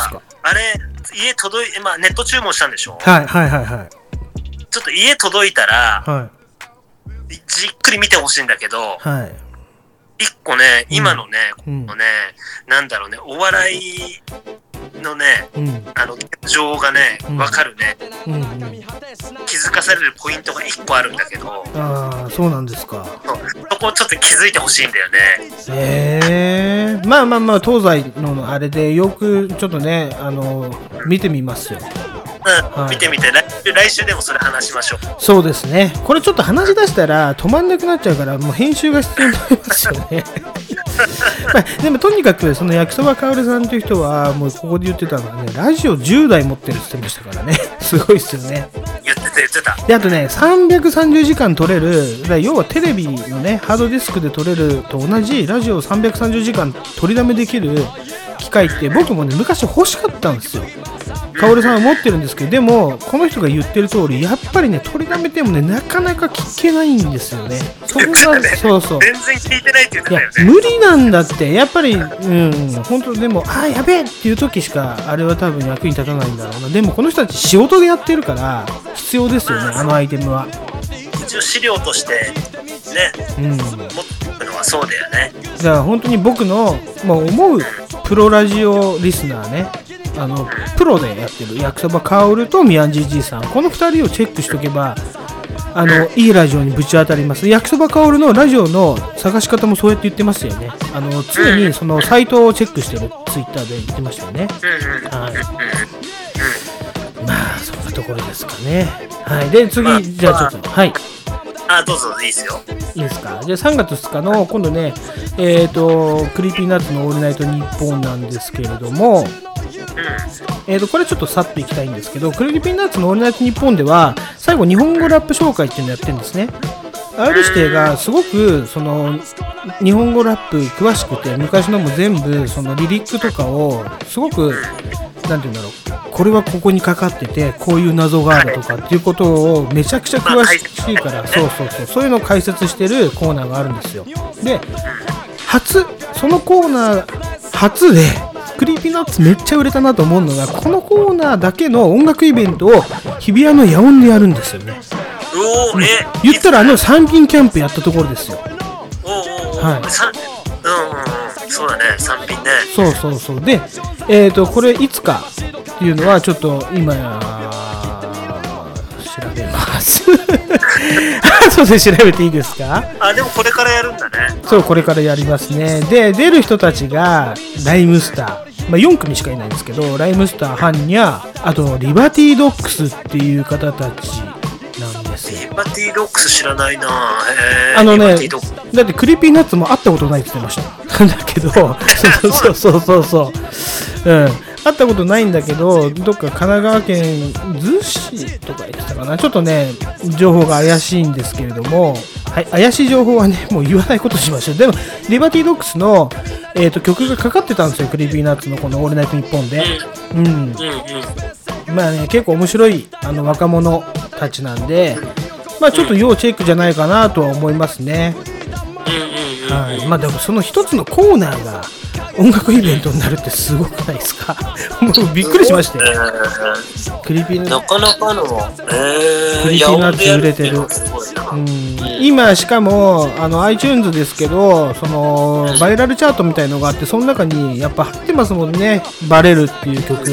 あれ家届いて、まあ、ネット注文したんでしょ。 はいはいはいはい。 ちょっと家届いたら、 はい、 じっくり見てほしいんだけど、 はい、 一個ね、今のね、なんだろうね、お笑いのね、現状がね、わかるね、気づかされるポイントが一個あるんだけど、 ああ、そうなんですか。 そこをちょっと気づいてほしいんだよね。 まあまあまあ、東西のあれでよくちょっとね、見てみますよ。 はい、見てみて、来週でもそれ話しましょう。 そうですね。これちょっと話し出したら止まんなくなっちゃうから、もう編集が必要になりますよね。まあ、でもとにかくその焼きそばかおるさんという人はもうここで言ってたのはね、ラジオ10台持ってるって言ってましたからね。すごいっすよね。 言ってた。 であとね、330時間撮れる、要はテレビのねハードディスクで撮れると同じラジオを330時間取りだめできる機械って僕もね昔欲しかったんですよ。かおるさんは持ってるんですけど、でもこの人が言ってる通りやっぱりね取りだめてもねなかなか聞けないんですよね。そこが、ね、そう全然聞いてないって言ってたよね。 無理なんだってやっぱり、本当でもやべえっていう時しかあれは多分役に立たないんだろうな。でもこの人たち仕事でやってるから必要ですよね、あのアイテムは。 一応資料としてね、持ってるのはそうだよね。 だから本当に僕の、思うプロラジオリスナーね、プロでやってる焼きそばかおるとみやんじいじいさん、この2人をチェックしとけばいいラジオにぶち当たります。焼きそばかおるのラジオの探し方もそうやって言ってますよね。常にそのサイトをチェックしてるツイッターで言ってましたよね。はい、まあそんなところですかね。はい。で次、じゃあちょっとはい。 どうぞいいですよ。 いいですか。じゃあ3月2日の今度ね、クリーピーナッツのオールナイトニッポンなんですけれども、これちょっとさっといきたいんですけど、クリーピーナッツのオールナイトニッポンでは最後日本語ラップ紹介っていうのをやってるんですね。R 指定がすごくその日本語ラップ詳しくて、昔のも全部そのリリックとかをすごくなんていうんだろう、これはここにかかっててこういう謎があるとかっていうことをめちゃくちゃ詳しいから、そういうのを解説してるコーナーがあるんですよ。でそのコーナー初でクリーピーナッツめっちゃ売れたなと思うのが、このコーナーだけの音楽イベントを日比谷の野音でやるんですよね。言ったら三品キャンプやったところですよ。はい。 そうだね、三品ね。 そうで、これいつかっていうのはちょっと今調べます。そうですね、調べていいですか？ でもこれからやるんだね。 そう、これからやりますね。で、出る人たちがライムスター、4組しかいないんですけど、ライムスター、ハンニャ、あとリバティドックスっていう方たちなんですよ。 リバティドックス知らないな。 だってクリーピーナッツも会ったことないって言ってました。だけど、そう。会ったことないんだけど、どっか神奈川県逗子とか言ってたかな。ちょっとね、情報が怪しいんですけれども、はい、怪しい情報はね、もう言わないことしましょう。でも、リバティドックスの、曲がかかってたんですよ、クリーピーナッツのこのオールナイトニッポンで。まあね、結構面白い若者たちなんで、ちょっと要チェックじゃないかなとは思いますね。はい。でもその一つのコーナーが音楽イベントになるってすごくないですか？もうびっくりしましたよ。クリーピーナッツ。 なかなかの、 クリーピーナッツ売れてる。今しかもiTunes ですけど、そのバイラルチャートみたいのがあって、その中にやっぱ入ってますもんね。バレるっていう曲。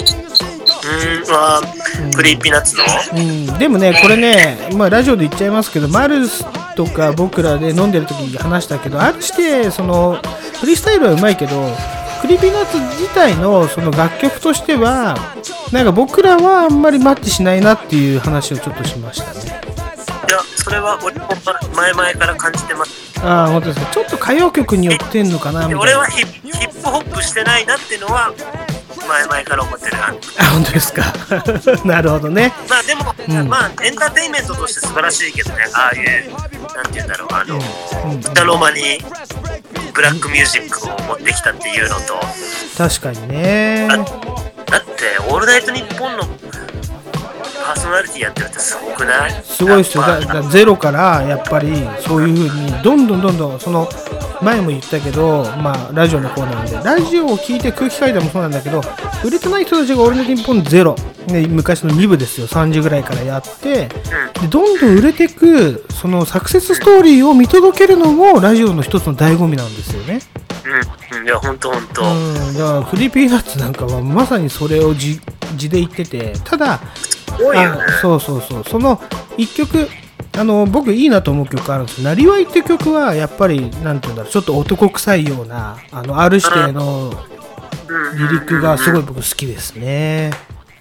クリーピーナッツの、 でもね、これね、ラジオで言っちゃいますけど、マルスとか僕らで飲んでる時に話したけど、あるしてそのフリースタイルはうまいけど、クリーピーナッツ自体のその楽曲としてはなんか僕らはあんまりマッチしないなっていう話をちょっとしましたね。 いや、それは俺も前々から感じてます。 本当ですか。ちょっと歌謡曲によってんのかなみたいな。 俺はヒップホップしてないなっていうのは前々から思ってる。 本当ですか。なるほどね。 でも、エンターテインメントとして素晴らしいけどね、ああいうなんて言うんだろう、歌の間にブラックミュージックを持ってきたっていうのと、 確かにね。 だってオールナイトニッポンのフパーソナリティやってるってすごくない？ すごいですよ。だゼロからやっぱりそういう風にどんどんその前も言ったけど、まあラジオのコーナーでラジオを聞いて空気階段もそうなんだけど、売れてない人たちがオールナイトニッポンゼロ、ね、昔の2部ですよ、3時ぐらいからやって、でどんどん売れていくそのサクセスストーリーを見届けるのもラジオの一つの醍醐味なんですよね。 いやほんとだからフリーピーナッツなんかはまさにそれを字で言ってて、ただそうその一曲僕いいなと思う曲あるんですよ。なりわいって曲はやっぱりなんていうんだろう、ちょっと男臭いようなある指定のリリックがすごい僕好きですね。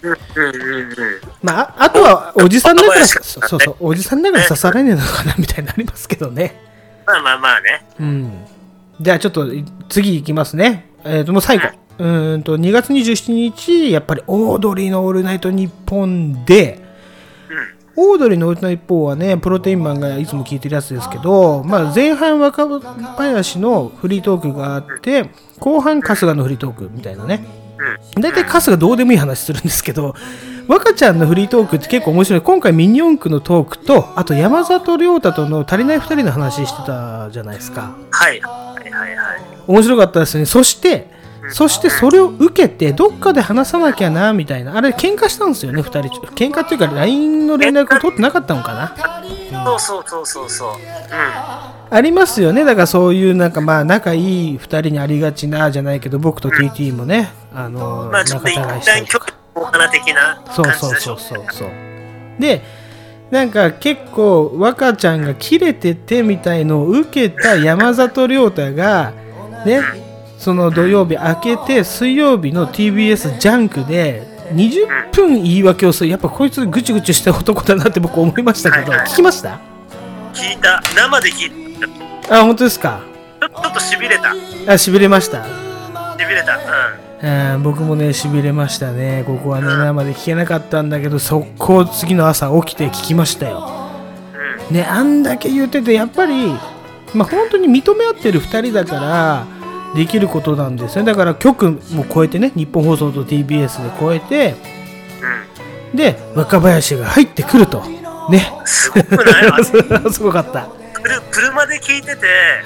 まああとはおじさんだからおじさんだから刺されねえのかなみたいになりますけどね。 まあね。 じゃあちょっと次いきますね。もう最後。2月27日、やっぱりオードリーのオールナイトニッポンで、オードリーのオールナイトニッポンはね、プロテインマンがいつも聞いてるやつですけど、まあ、前半若林のフリートークがあって、後半春日のフリートークみたいなね。大体春日どうでもいい話するんですけど、若ちゃんのフリートークって結構面白い。今回ミニ四駆のトークと、あと山里亮太との足りない2人の話してたじゃないですか。 はい。 面白かったですね。そしてそれを受けてどっかで話さなきゃなみたいな、あれ喧嘩したんですよね、2人。喧嘩っていうか LINE の連絡を取ってなかったのかな。 そう、 ありますよね。だからそういうなんかまあ仲いい2人にありがちなじゃないけど、僕と TT もね、 まあちょっと一旦距離の花的な感じでしょ。そうでなんか結構若ちゃんがキレててみたいのを受けた山里亮太がね、その土曜日明けて水曜日の TBS ジャンクで20分言い訳をする。やっぱこいつぐちぐちした男だなって僕思いましたけど、聞きました？ 聞いた。生で聞いた。本当ですか？ ちょっとしびれた。 しびれました。 しびれた。 僕もねしびれましたね。ここはね生で聞けなかったんだけど、速攻次の朝起きて聞きましたよ。ね、あんだけ言っててやっぱりまあ本当に認め合ってる2人だからできることなんですね。だから局も超えてね、日本放送と TBS で超えて、で若林が入ってくるとね。 すごくない？ すごかった。 車で聞いてて、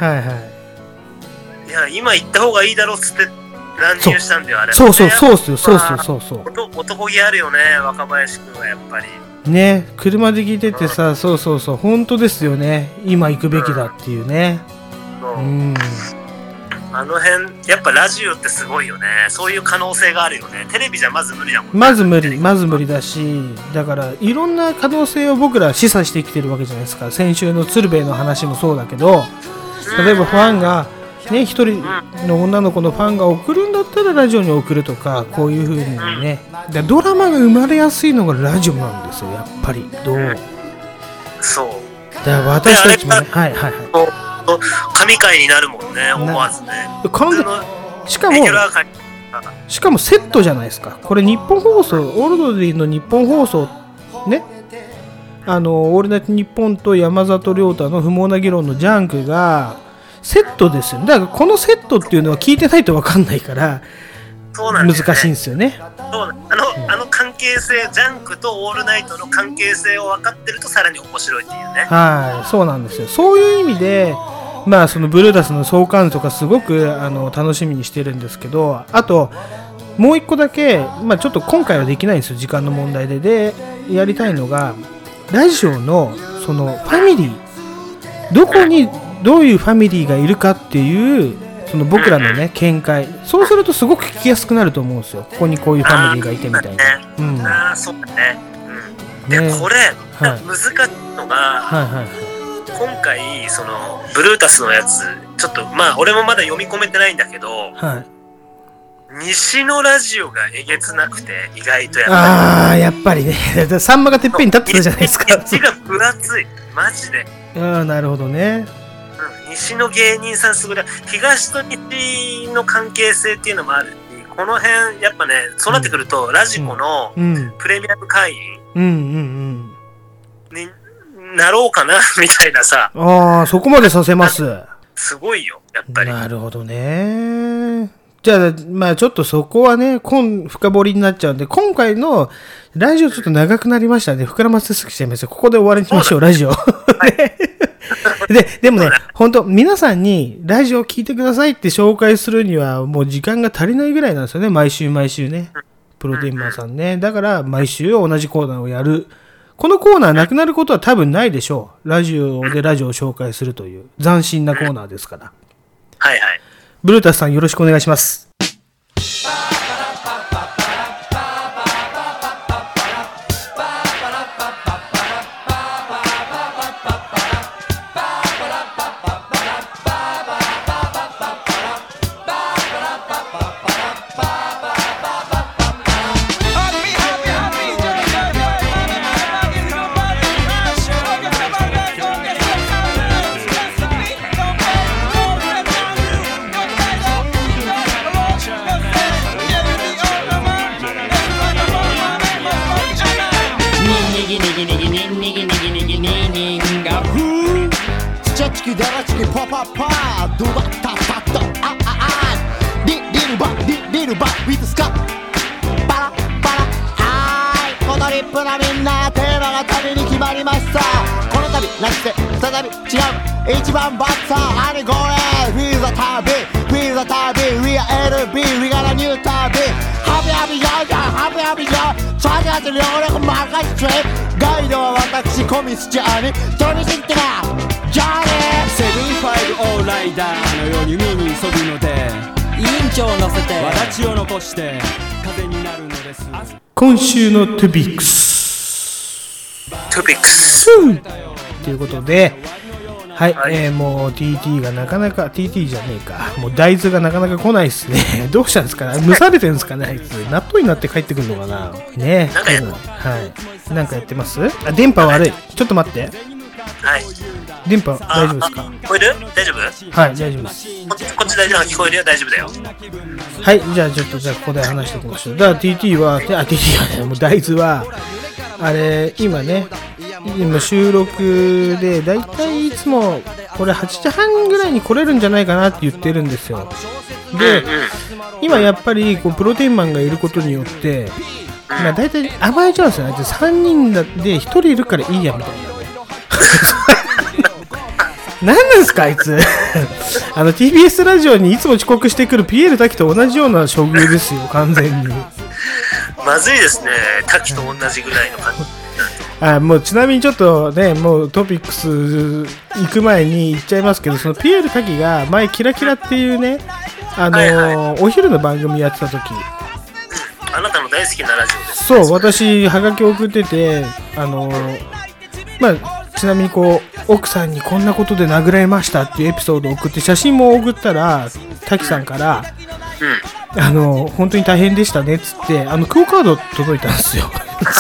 いや今行った方がいいだろっつって乱入したんだよあれ。そう男気あるよね、若林くんはやっぱりね。車で聞いててさ、そう本当ですよね。今行くべきだっていうね。 あの辺やっぱラジオってすごいよね。そういう可能性があるよね。テレビじゃまず無理だもんね。まず無理だし、だからいろんな可能性を僕ら示唆してきてるわけじゃないですか。先週の鶴瓶の話もそうだけど、例えばファンがね、一人の女の子のファンが送るんだったらラジオに送るとか、こういう風にね、ドラマが生まれやすいのがラジオなんですよ、やっぱり。 そうだから私たちもね、 神回になるもんね、思わずね。 しかもセットじゃないですか。これ日本放送、オールドリーの日本放送ね、オールナイトニッポンと山里亮太の不毛な議論のジャンクがセットですよね。だからこのセットっていうのは聞いてないと分かんないから難しいんですよね。 あの関係性、ジャンクとオールナイトの関係性を分かってるとさらに面白いっていうね。 そうなんですよ。そういう意味でまあそのブルーダスの相関図とかすごく楽しみにしてるんですけど、あともう一個だけ、まあ、ちょっと今回はできないんですよ、時間の問題でやりたいのがラジオのそのファミリー、どこにどういうファミリーがいるかっていうその僕らのね見解、そうするとすごく聞きやすくなると思うんですよ。ここにこういうファミリーがいてみたいな。 そうだね。でこれ、難しいのが、今回そのブルータスのやつちょっとまあ俺もまだ読み込めてないんだけど、西のラジオがえげつなくて意外とやっぱりねさんまがてっぺんに立ってたじゃないですか。 西が分厚いマジで。 なるほどね。 西の芸人さんすごい、東と西の関係性っていうのもあるし、この辺やっぱね、そうなってくると、ラジコのプレミアム会員になろうかなみたいなさ。 そこまでさせます。 すごいよやっぱり。 なるほどね。 じゃあ、まあちょっとそこはね、深掘りになっちゃうんで、今回のラジオちょっと長くなりましたね。膨らませすぎちゃいました。ここで終わりにしましょう、ラジオ。でもね、本当皆さんにラジオ聞いてくださいって紹介するにはもう時間が足りないぐらいなんですよね。毎週ね。プロテインマンさんね。だから毎週同じコーナーをやる。このコーナーなくなることは多分ないでしょう。ラジオでラジオを紹介するという斬新なコーナーですから。 はいはい。 ブルータスさんよろしくお願いします。 一番バッサーあれこれ Feel the time We are LB We got a new time Happy yoチャージャーと両力任せてガイドは私コミスチャーに飛び散ってなジャーネー 75オーライダーのように海に急ぐので委員長を乗せてわだちを残して風になるのです。 今週のトゥピックスということではい、もう TT がなかなか TT じゃねえかもう大豆がなかなか来ないっすねどうしたんですかね蒸されてるんですかねあいつ納豆になって帰ってくるのかなねはいなんかやってますあ電波悪いちょっと待ってはい電波大丈夫ですか聞こえる大丈夫はい大丈夫ですこっち大丈夫聞こえるよ大丈夫だよはいじゃあちょっとここで話していきましょうだから TT はねもう大豆はあれ今収録でだいたいいつもこれ8時半ぐらいに来れるんじゃないかなって言ってるんですよで今やっぱりこうプロテインマンがいることによってだいたい甘えちゃうんですよね3人で1人いるからいいやみたいな何なんですかあいつTBS ラジオにいつも遅刻してくるピエール滝と同じような処遇ですよ完全にまずいですね滝と同じぐらいの感じもうちなみにちょっとねもうトピックス行く前に言っちゃいますけどそのピエール滝が前キラキラっていうねお昼の番組やってた時あなたの大好きなラジオですそう私ハガキ送っててちなみにこう奥さんにこんなことで殴られましたっていうエピソードを送って写真も送ったら滝さんから本当に大変でしたねっつってクオカード届いたんですよ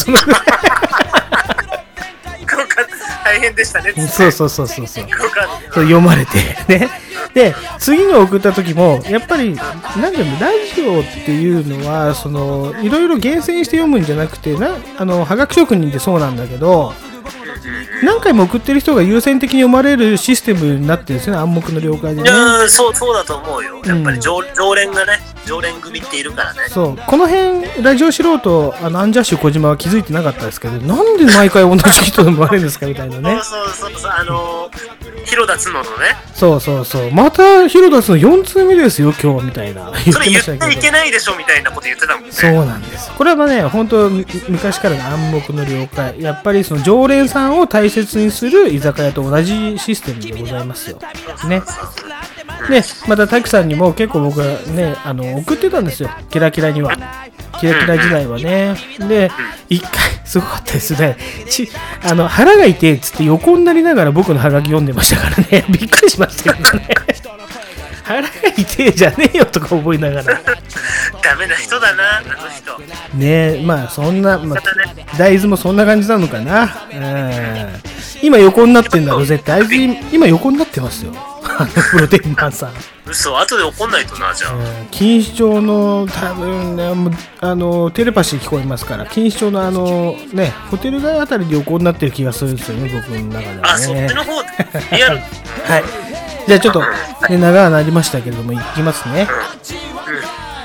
大変でしたねそう読まれてねで次に送った時もやっぱり何でもラジオっていうのはいろいろ厳選して読むんじゃなくてはがき職人ってそうなんだけど何回も送ってる人が優先的に読まれるシステムになってるんですよね暗黙の了解でねそうだと思うよやっぱり常連がね常連組っているからねそうこの辺ラジオ素人アンジャッシュ小島は気づいてなかったですけどなんで毎回同じ人でもあれるんですかみたいなねそう広田つののねそうまた広田つの4通目ですよ今日みたいなそれ言っていけないでしょみたいなこと言ってたもんねそうなんですこれはね本当昔からの暗黙の了解やっぱりその常連さんを大切にする居酒屋と同じシステムでございますよねでまた滝さんにも結構僕はね送ってたんですよキラキラにはキラキラ時代はねで一回すごかったですね腹が痛いっつって横になりながら僕のハガキ読んでましたからねびっくりしましたけどね腹が痛いじゃねえよとか思いながらダメな人だなあの人ねまあそんな、大豆もそんな感じなのかな今横になってんだろ絶対今横になってますよプロテインマンさん嘘後で怒んないとなじゃあ錦糸町の多分ねテレパシー聞こえますから錦糸町のねホテル街あたりで横になってる気がするんですよね僕の中ではねそっちの方リアルはいじゃあちょっと、長くなりましたけれどもいきますね、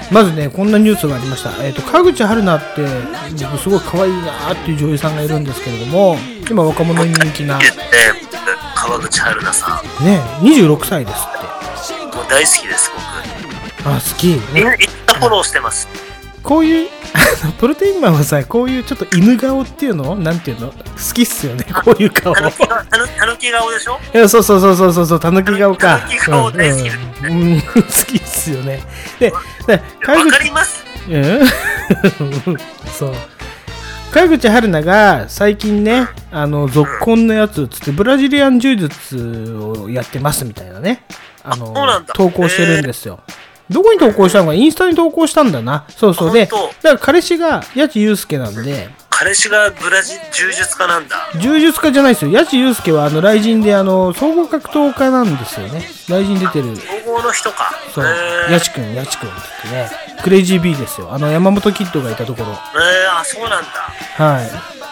まずねこんなニュースがありました。川口春奈って僕すごい可愛いなっていう女優さんがいるんですけれども、今若者に人気な川口春奈さんね、26歳ですって。 もう大好きです僕。 あ、好き。 みんなフォローしてます。 こういうプロテインマンはさ、こういうちょっと犬顔っていうのなんていうの好きっすよね、こういう顔。たぬき顔でしょ。 いや、そうたぬき顔か。 たぬき顔大好きですね。 好きっすよね。でわかります。 そう。川口春奈が最近ね、続婚のやつつってブラジリアン柔術をやってますみたいなね、投稿してるんですよ。どこに投稿したのか、インスタに投稿したんだな。そうそう。で、だから彼氏が八千祐介なんで。 彼氏がブラジル柔術家なんだ。 柔術家じゃないですよ。八千祐介は雷神で総合格闘家なんですよね。雷神出てる。 総合の人か。 そう。八千くんって言ってね。クレイジー B ですよ。山本キッドがいたところ。 あ、そうなんだ。 はい。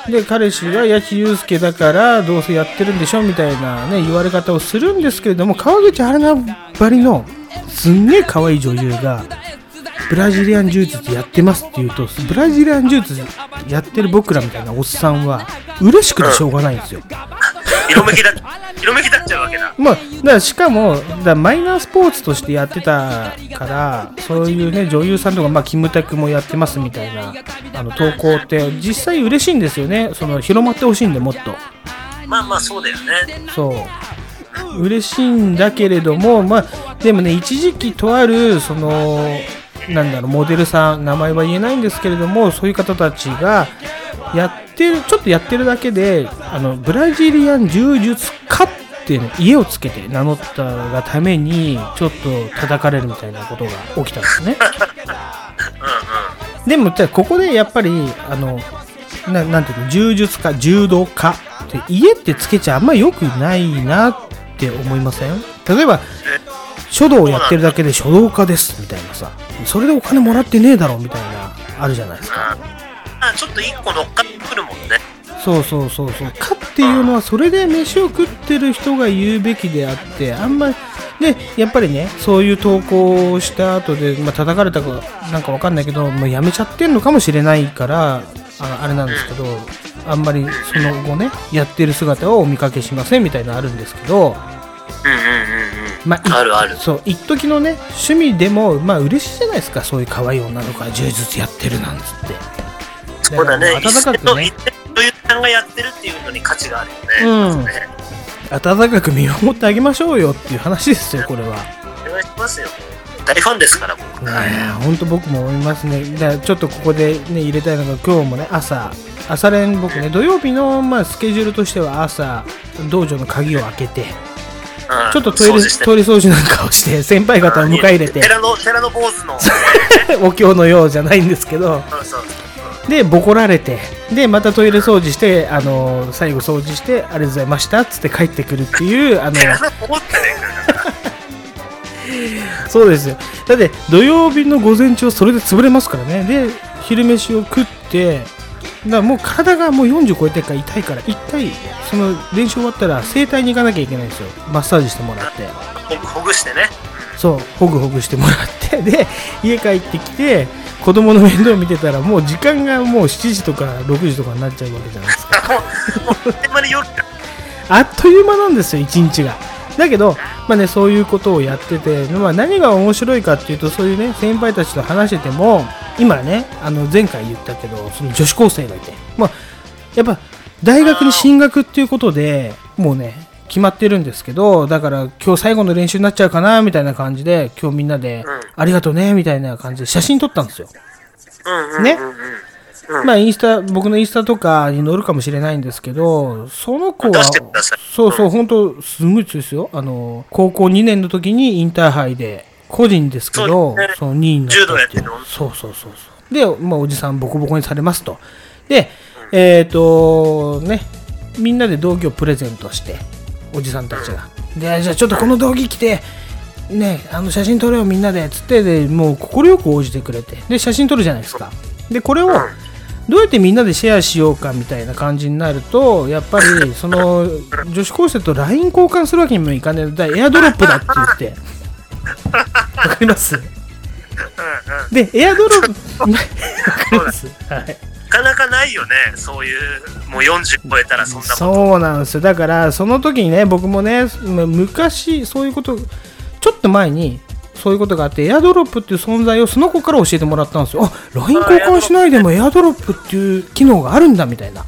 で、彼氏が八千祐介だからどうせやってるんでしょみたいなね、言われ方をするんですけれども、川口春奈ばりのすんげえ可愛い女優がブラジリアン柔術やってますって言うと、ブラジリアン柔術やってる僕らみたいなおっさんは嬉しくてしょうがないんですよ。 色めきだっちゃうわけだ。 まあ、だからしかもマイナースポーツとしてやってたから、そういうね女優さんとか、キムタクもやってますみたいな投稿って実際嬉しいんですよね。広まってほしいんで、もっと。 まあそうだよね。 そう嬉しいんだけれども、でもね、一時期とあるモデルさん、名前は言えないんですけれども、そういう方たちがちょっとやってるだけでブラジリアン柔術家っていう、家をつけて名乗ったがためにちょっと叩かれるみたいなことが起きたんですね。でもじゃあここでやっぱりなんていうの、柔術家、柔道家って家ってつけちゃあんまり良くないなって思いません？例えば書道をやってるだけで書道家ですみたいなさ、それでお金もらってねえだろみたいなあるじゃないですか。 ちょっと一個乗っかってくるもんね。 そうかっていうのはそれで飯を食ってる人が言うべきであって、あんまりでやっぱりね、そういう投稿をした後で叩かれたかなんかわかんないけど、やめちゃってんのかもしれないからあれなんですけど、あんまりその後ねやってる姿をお見かけしませんみたいなのあるんですけど、 ある。 そう一時のね趣味でも嬉しいじゃないですか、そういう可愛い女の子が柔術やってるなんつって。 そうだね。 温かくね、 女優さんがやってるっていうのに価値があるよね。 温かく見守ってあげましょうよっていう話ですよ、これは。 お願いしますよ。大ファンですから僕。 本当僕も思いますね。だからちょっとここでね入れたいのが、今日もね朝練、僕ね土曜日のスケジュールとしては朝道場の鍵を開けて、ちょっとトイレ掃除なんかをして先輩方を迎え入れて、 寺の坊主のお経のようじゃないんですけど、でボコられて、でまたトイレ掃除して、最後掃除してありがとうございましたっつって帰ってくるっていうそうですよ。だって土曜日の午前中それで潰れますからね。で昼飯を食って、だからもう体がもう40超えてるから痛いから、一回その練習終わったら整体に行かなきゃいけないんですよ。マッサージしてもらって、 ほぐしてね。 そうほぐしてもらって、で家帰ってきて子供の面倒を見てたら、もう時間がもう7時とか6時とかになっちゃうわけじゃないですか。あっという間なんですよ、一日が。だけど、そういうことをやってて、何が面白いかっていうと、そういうね先輩たちと話してても、今ね前回言ったけど、その女子高生がいて、やっぱ大学に進学っていうことでもうね決まってるんですけど、だから今日最後の練習になっちゃうかなみたいな感じで、今日みんなでありがとうねみたいな感じで写真撮ったんですよ。ね。僕のインスタとかに載るかもしれないんですけど、その子は本当すごい強いですよ。高校2年の時にインターハイで個人ですけど、その2位になったっていう。そうで、おじさんボコボコにされますと。でみんなで道着をプレゼントして、おじさんたちが、でじゃあちょっとこの道着着てね、写真撮れよみんなでつって、でもう快く応じてくれて、で写真撮るじゃないですか。でこれをどうやってみんなでシェアしようかみたいな感じになると、やっぱりその女子高生と LINE 交換するわけにもいかないので、エアドロップだって言ってわかります？ でエアドロップわかります、はい、 なかなかないよね、そういうもう40超えたらそんなこと。 そうなんですよ。だからその時にね、僕もね昔そういうことちょっと前にそういうことがあって、エアドロップっていう存在をその子から教えてもらったんですよ。あ、LINE 交換しないでもエアドロップっていう機能があるんだみたいな。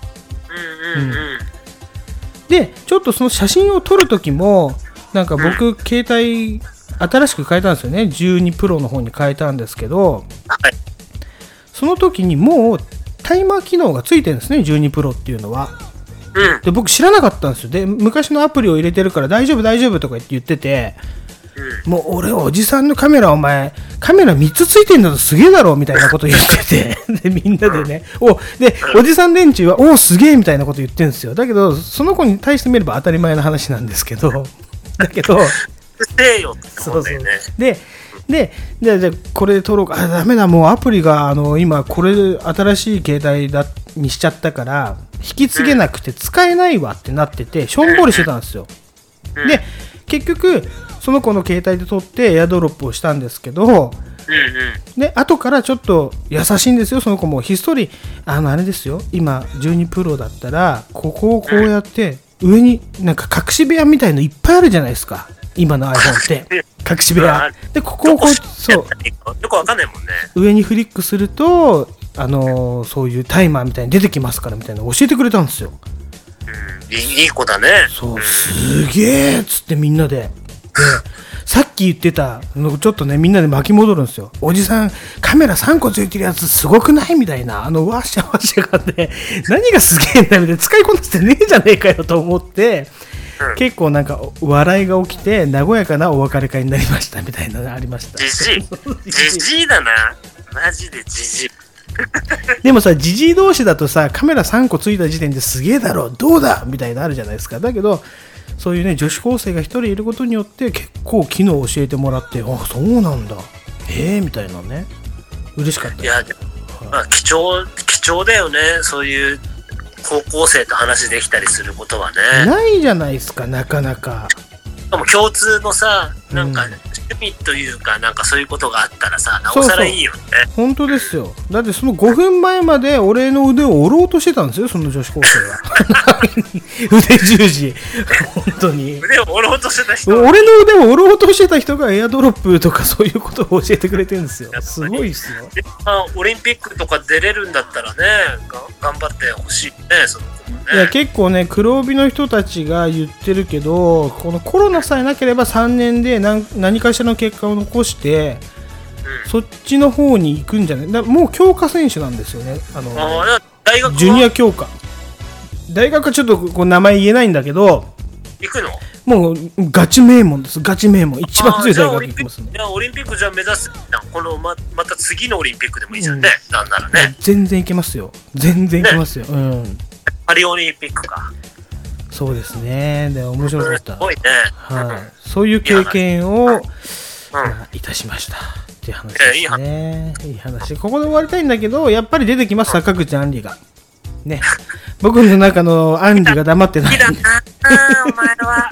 でちょっとその写真を撮る時もなんか僕、携帯新しく変えたんですよね。12プロの方に変えたんですけど、 はい、 その時にもうタイマー機能がついてるんですね、12プロっていうのは。で僕知らなかったんですよ。で昔のアプリを入れてるから大丈夫大丈夫とか言ってて、もう俺おじさんのカメラ、お前カメラ3つついてんだとすげえだろみたいなこと言っててでみんなでね、おじさん連中はおすげえみたいなこと言ってるんですよ。だけどその子に対してみれば当たり前の話なんですけどだけどそうそうでじゃあこれで撮ろうか、ダメだ、もうアプリが今これ新しい携帯にしちゃったから引き継げなくて使えないわってなってて、しょんぼりしてたんですよ。で結局その子の携帯で撮ってエアドロップをしたんですけど、で後からちょっと優しいんですよ、その子もひっそりあれですよ、今12プロだったらここをこうやって上になんか隠し部屋みたいのいっぱいあるじゃないですか、今の iPhone って隠し部屋で、ここをこうそうよくわかんないもんね。 上にフリックするとそういうタイマーみたいに出てきますからみたいな教えてくれたんですよ。 いい子だね。 そう、すげえっつってみんなでさっき言ってたのちょっとねみんなで巻き戻るんですよ。おじさんカメラ3個ついてるやつすごくないみたいな、わしゃわしゃがね何がすげえんだみたいな、使いこなせてねえじゃねえかよと思って、結構なんか笑いが起きて和やかなお別れ会になりましたみたいなのありました。 じじいだな、マジでじじいでもさ、じじい同士だとさ、カメラ3個ついた時点ですげえだろどうだみたいなのあるじゃないですか。だけどそういうね女子高生が1人いることによって結構機能を教えてもらって、あ、そうなんだみたいなね、嬉しかった。 いや、まあ、貴重だよね、そういう高校生と話できたりすることはね。 ないじゃないですか、なかなか。 しかも共通のさ、なんか趣味というか、なんかそういうことがあったらさ、なおさらいいよね。 本当ですよ。だってその5分前まで俺の腕を折ろうとしてたんですよ、その女子高生は腕十字本当に腕を折ろうとしてた人、 俺の腕を折ろうとしてた人がエアドロップとかそういうことを教えてくれてるんですよ。すごいっすよ。 オリンピックとか出れるんだったらね、頑張ってほしいね、その子もね。 いや結構ね、黒帯の人たちが言ってるけど、このコロナさえなければ3年で何かしらの結果を残して、そっちの方に行くんじゃない。もう強化選手なんですよね。 大学はジュニア強化。大学はちょっとこう名前言えないんだけど、 行くの？ もうガチ名門です。ガチ名門、一番強い大学行きますね。 じゃあオリンピックじゃあ目指す、この また次のオリンピックでもいいじゃんね、なんならね。 全然いけますよ。全然いけますよ。 パリオリンピックか。 そうですね。で面白かった。 すごいね。 はい。そういう経験をいたしましたっていう話ですね。いい話。ここで終わりたいんだけど、やっぱり出てきます、坂口杏里が。ね。僕の中の杏里が黙ってない。 お前は。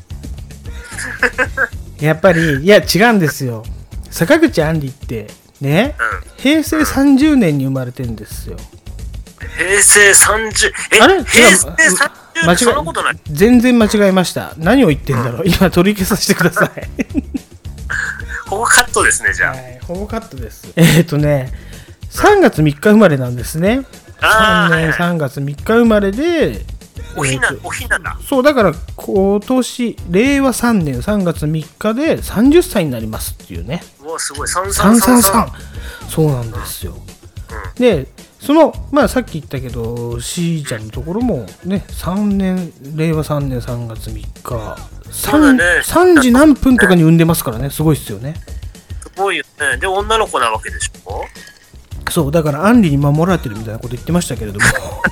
やっぱり、いや違うんですよ。坂口杏里ってね、平成30年に生まれてるんですよ。 平成30、 あれ平成30年、そんなことない。 全然間違えました。何を言ってんだろう。今取り消させてください。 ここカットですね、じゃあ。 はい、ここカットです。3月3日生まれなんですね。3年3月3日生まれで、 おひなだ。 そう、だから今年令和3年3月3日で30歳になりますっていうね。 うわ、すごい。333。 そうなんですよ。で、そのまあさっき言ったけど、しーちゃんのところもね、令和3年3月3日、3時何分とかに産んでますからね、すごいっすよね。 すごいよね。で、女の子なわけでしょ。 そう、だから杏里に守られてるみたいなこと言ってましたけれども。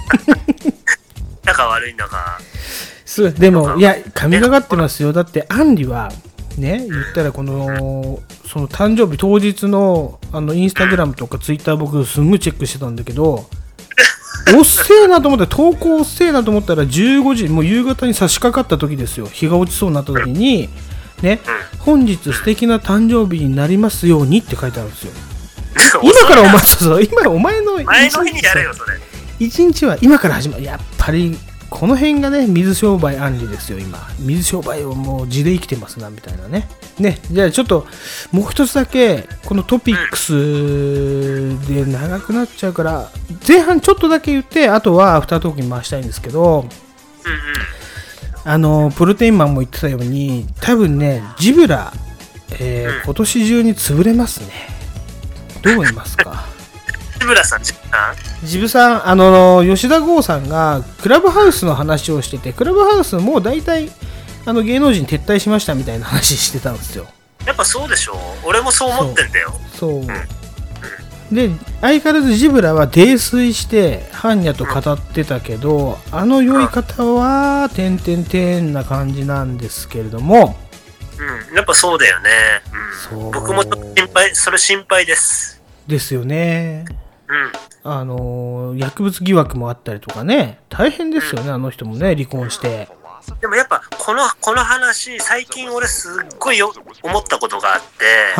仲悪いんだか。 でもいや神がかってますよ。だって杏里はね、言ったらその誕生日当日のインスタグラムとかツイッター僕すんごいチェックしてたんだけど、おっせえなと思ったら、投稿おっせえなと思ったら15時、もう夕方に差し掛かった時ですよ。日が落ちそうになった時にね、本日素敵な誕生日になりますようにって書いてあるんですよ。 今からお前そう今お前の前の日にやれよそれ。 一日は今から始まる。やっぱりこの辺がね、水商売アンリですよ。今水商売をもう地で生きてますなみたいなね。じゃあちょっともう一つだけこのトピックスで長くなっちゃうから前半ちょっとだけ言って、あとはアフタートークに回したいんですけど、プロテインマンも言ってたように多分ねジブラ、今年中に潰れますね。どう思いますか？ ジブラさん、 ジブさん、吉田剛さんがクラブハウスの話をしてて、クラブハウスもう大体芸能人撤退しましたみたいな話してたんですよ。 やっぱそうでしょ。俺もそう思ってんだよ。 そう、で相変わらずジブラは泥酔して般若と語ってたけど、酔い方は点な感じなんですけれども、 やっぱそうだよね。僕もちょっと心配ですよね。薬物疑惑もあったりとかね、大変ですよね、あの人もね、離婚して。 でもやっぱこの話、最近俺すっごい思ったことがあって、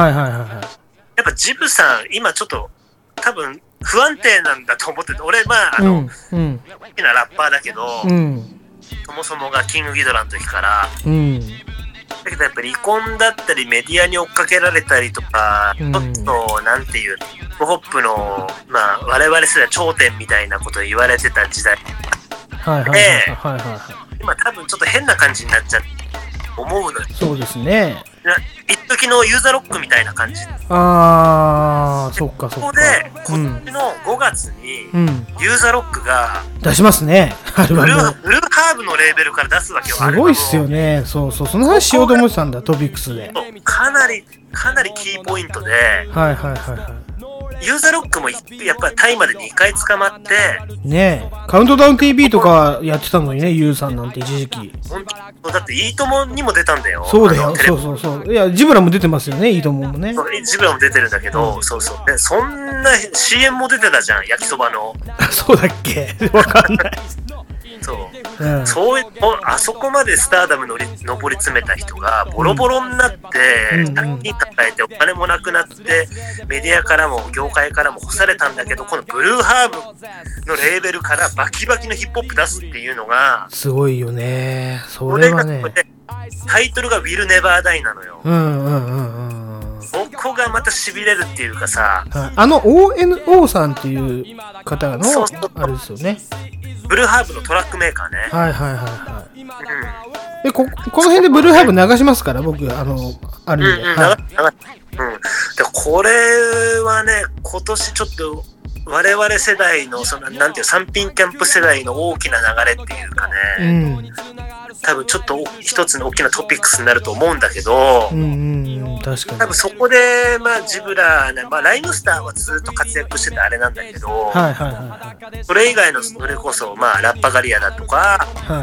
やっぱジブさん今ちょっと多分不安定なんだと思ってて、俺好きなラッパーだけど、そもそもがキングギドラの時から、だけどやっぱ離婚だったりメディアに追っかけられたりとか、ちょっとなんていうヒップホップの我々世代頂点みたいなことを言われてた時代で、今多分ちょっと変な感じになっちゃって思うのよ。 そうですね。 一時のユーザーロックみたいな感じ。 そっか。 ここで今年の5月にユーザーロックが出しますね。 ブルーハーブのレーベルから出すわけよ。 すごいっすよね。その話しようと思ってたんだ、トピックスで。 かなりキーポイントで、ユーザーロックもやっぱりタイまで2回捕まってね、カウントダウン TV とかやってたのにね、ユーさんなんて一時期。 だっていいともにも出たんだよ。 そうだよ。そう。いやジブラも出てますよね、いいとももね。 ジブラも出てるんだけど、そんな CM も出てたじゃん、焼きそばの。 そうだっけ？わかんない。 そういうあそこまでスターダム上り詰めた人がボロボロになって借金抱えてお金もなくなってメディアからも業界からも干されたんだけど、このブルーハーブのレーベルからバキバキのヒップホップ出すっていうのがすごいよね。それはね、 タイトルが Will Never Die なのよ。そこがまたしびれるっていうかさ、 ONO さんっていう方のあれですよね。 ブルーハーブのトラックメーカーね。 でこの辺でブルーハーブ流しますから、僕ある意味で。 でこれはね、今年ちょっと我々世代のなんていう三品キャンプ世代の大きな流れっていうかね、多分ちょっと一つの大きなトピックスになると思うんだけど、 確かに多分そこでジブラね、ライムスターはずっと活躍しててあれなんだけど、それ以外のそれこそラッパガリアだとか、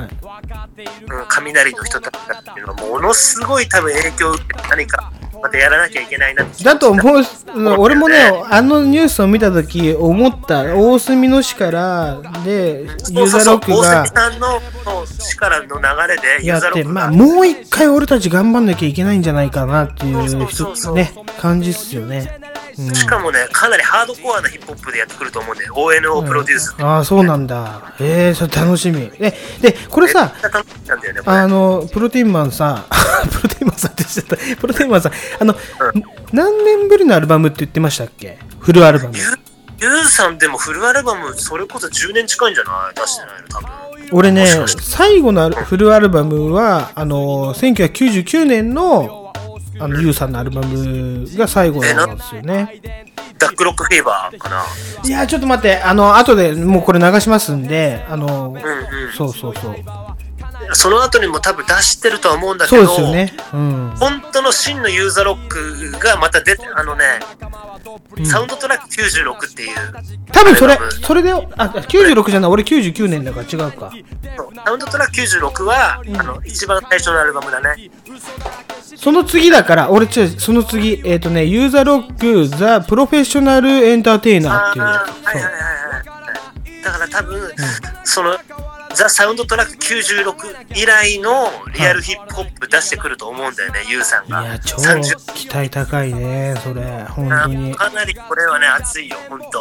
雷の人たちだっていうのはものすごい多分影響を受けて何かまたやらなきゃいけないなってだと思う。俺もね、ニュースを見たとき思った。大隅の市からでユーザーロックが大隅さんの市からの流れでユーザーロックがもう一回俺たち頑張んなきゃいけないんじゃないかなっていう感じっすよね。 しかもね、かなりハードコアなヒップホップでやってくると思うんで、ONO プロデュース。 そうなんだ。それ楽しみ。で、これさ、プロテインマンさんって言っちゃった。プロテインマンさん、何年ぶりのアルバムって言ってましたっけ？フルアルバム。 ユーさんでもフルアルバム、それこそ10年近いんじゃない？出してないの、多分。 俺ね、最後のフルアルバムは、1999年のユーさんのアルバムが最後なんですよね。 ダックロックフィーバーかな。 いやちょっと待って、後でもうこれ流しますんで、そうその後にも多分出してるとは思うんだけど、 そうですよね。 本当の真のユーザーロックがまた出て、サウンドトラック96っていう、 多分それで96じゃない、俺99年だから違うか。 サウンドトラック96は、一番最初のアルバムだね。 その次だから、その次、ユーザーロックザ・プロフェッショナルエンターテイナーっていう。 だから多分、 ザ・サウンドトラック96以来のリアルヒップホップ出してくると思うんだよね、ユウさんが。 いや、超期待高いね、それ、本当に。 かなりこれはね、熱いよ、本当。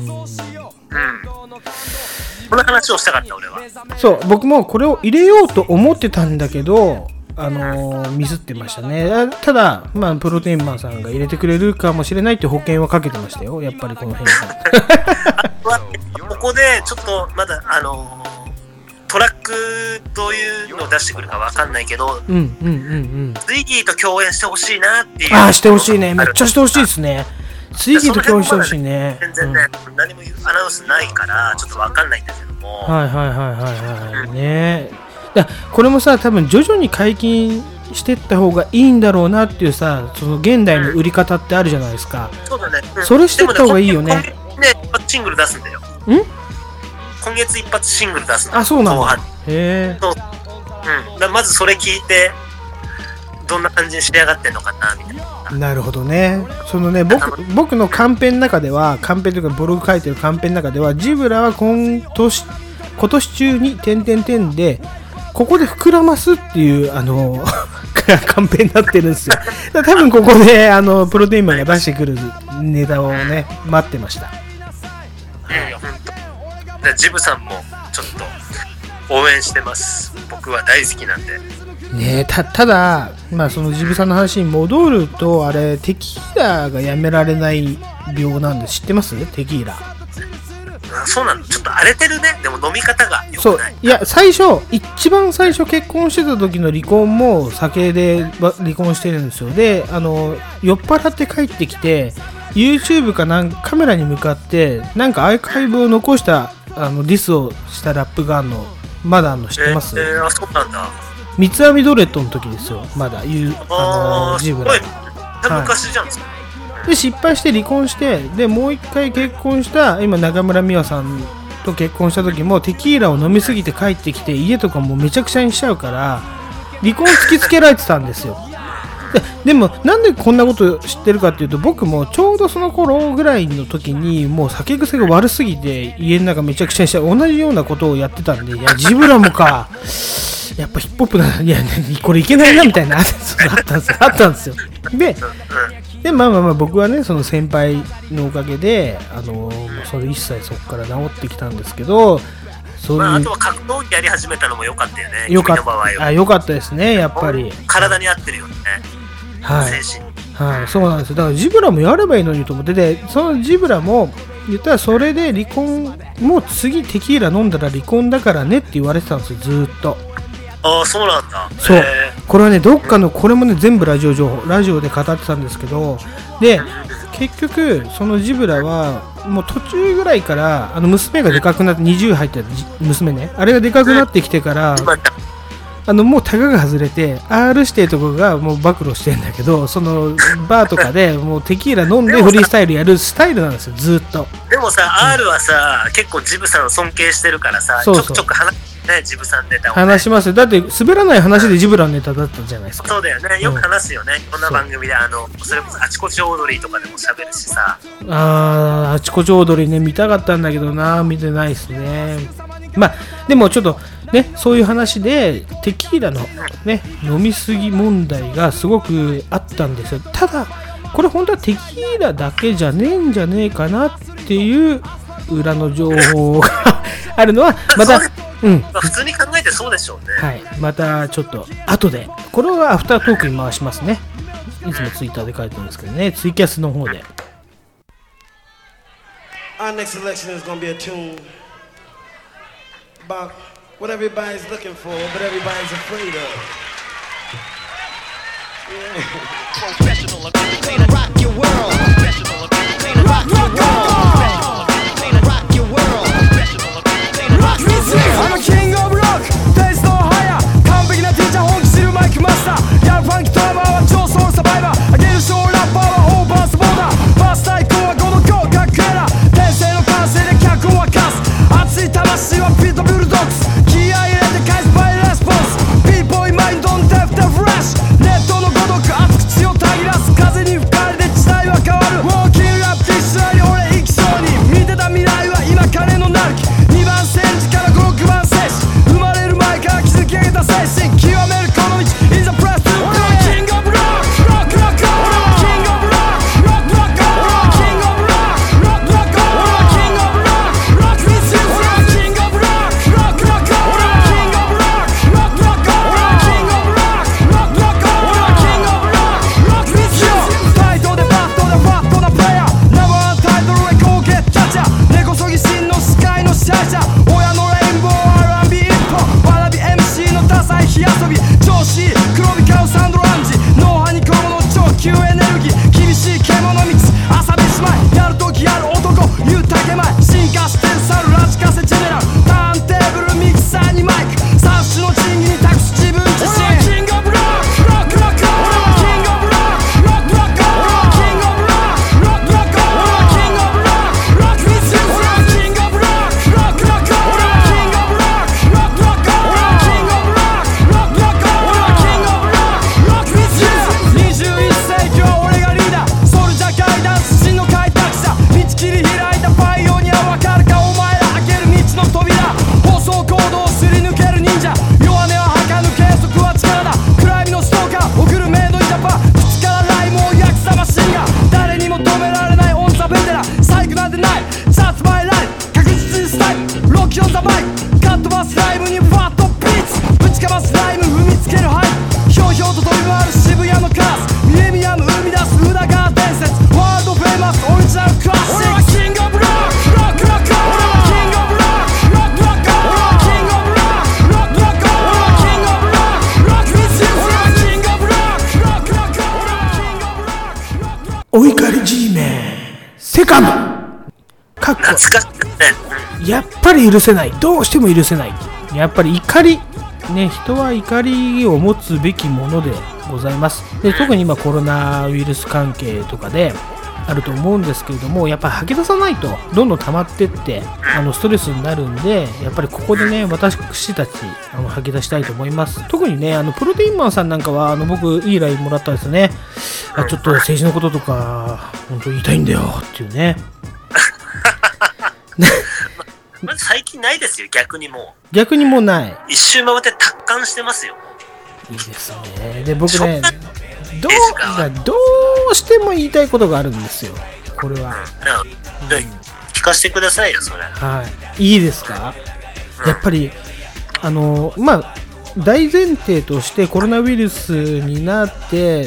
この話をしたかった、俺は。 そう、僕もこれを入れようと思ってたんだけど、ミスってましたね。ただ、まあ、プロテインマンさんが入れてくれるかもしれないって保険はかけてましたよ、やっぱりこの辺は。ここでちょっとまだトラックどういうのを出してくるかわかんないけど、ツイギーと共演してほしいなっていう。 ああ、してほしいね、めっちゃしてほしいですね。ツイギーと共演してほしいね。 全然ね、何もアナウンスないからちょっとわかんないんだけども。 はいね。これもさ、多分徐々に解禁してった方がいいんだろうなっていうさ、その現代の売り方ってあるじゃないですか。 そうだね。 それしてった方がいいよね。 今月一発シングル出すんだよ。今月一発シングル出すんだよ。 あ、そうなんだ。へえ。 まずそれ聞いてどんな感じに仕上がってんのかなみたいな。 なるほどね。そのね、僕のカンペの中では、カンペというかブログ書いてるカンペの中では、ジブラは今年中に点でここで膨らますっていうカンペになってるんですよ。多分ここでプロテインマンが出してくるネタをね、待ってました。 いや本当。ジブさんもちょっと応援してます。僕は大好きなんで。 ねえ、ただ、まあそのジブさんの話に戻ると、あれテキーラがやめられない病なんで知ってます？テキーラ。 そうなの、ちょっと荒れてるね。でも飲み方が良くない。 そう、いや、一番最初結婚してた時の離婚も酒で離婚してるんですよ。で、酔っ払って帰ってきて YouTube かカメラに向かってなんかアーカイブを残したディスをしたラップがあるの、まだ知ってます？ あ、そうなんだ。 三つ編みドレッドの時ですよ、まだジブラ。 昔じゃん。 で失敗して離婚して、でもう一回結婚した今中村美和さんと結婚した時もテキーラを飲みすぎて帰ってきて家とかもめちゃくちゃにしちゃうから離婚突きつけられてたんですよ。でもなんでこんなこと知ってるかっていうと、僕もちょうどその頃ぐらいの時にもう酒癖が悪すぎて家の中めちゃくちゃにして同じようなことをやってたんで、いやジブラもかやっぱヒップホップいやこれいけないなみたいなあったんですよ。でまあ僕はね、その先輩のおかげでそれ一切そこから治ってきたんですけど、そういう、 あとは格闘技やり始めたのも良かったよね。 良かったですね、やっぱり体に合ってるよね。 はい、 精神に。 はい、そうなんですよ。だからジブラもやればいいのにと思って、でそのジブラも言ったらそれで離婚、もう次テキーラ飲んだら離婚だからねって言われてたんですよ、ずーっと。 ああ、そうなんだ。 そう、これはね、どっかの、これもね全部ラジオで語ってたんですけど、で結局そのジブラはもう途中ぐらいから娘がでかくなって、20入った娘ね、あれがでかくなってきてから、もうタガが外れて R 指定とかがもう暴露してんだけど、そのバーとかでもうテキーラ飲んでフリースタイルやるスタイルなんですよ、ずっと。 でもさ、R はさ、結構ジブさんを尊敬してるからさ、ちょくちょく話ね、ジブさんネタを、ね、 話しますよ。だって滑らない話でジブラのネタだったじゃないですか。 そうだよね、よく話すよね、こんな番組で。それこそあちこちオードリーとかでも喋るしさ。 あちこちオードリーね、見たかったんだけどな、見てないですね。まあでもちょっとね、そういう話でテキーラのね飲みすぎ問題がすごくあったんですよ。ただこれ本当はテキーラだけじゃねえんじゃねえかなっていう裏の情報があるのはまた普通に考えてそうでしょうね。 はい、またちょっと後でこれはアフタートークに回しますね。いつもツイッターで書いてるんですけどね、ツイキャスの方で。 Our next selection is gonna be a tune about what everybody's looking for, but everybody's afraid of. Yeah. Professional entertainer, rock your world. Professional entertainer, rock your world. Rock your world. Professional entertainer, rock your world. I'm a king of rock. There's no higher. 完璧なティーチャー、本気知るマイクマスター。ヤンファンキドラマーは超ソウルサバイバー。現象ラッパーはオーバースボーダー。バース対抗はこの強化クエラ。天性の感性で脚を沸かす。熱い魂はピットブルドッグス。気合い入れて返すバイレスポンス。ビーボーイマインドンデフデフラッシュ。ネットのごとく熱く血をたぎらす。風に吹かれて時代はセカンド懐かしいですね。やっぱり許せない。どうしても許せない。やっぱり怒り。ね、人は怒りを持つべきものでございます。で、特に今コロナウイルス関係とかであると思うんですけれども、やっぱり吐き出さないとどんどん溜まってってストレスになるんで、やっぱりここでね、私たち吐き出したいと思います。特にね、プロテインマンさんなんかは僕いい LINE もらったんですよね。ちょっと政治のこととか本当言いたいんだよっていうね。 まず最近ないですよ。逆にもうない。 一周回って達観してますよ。 いいですね。で、僕ね、どうしても言いたいことがあるんですよ。これは。 聞かせてくださいよ、それ。 はい。いいですか？やっぱり大前提としてコロナウイルスになって、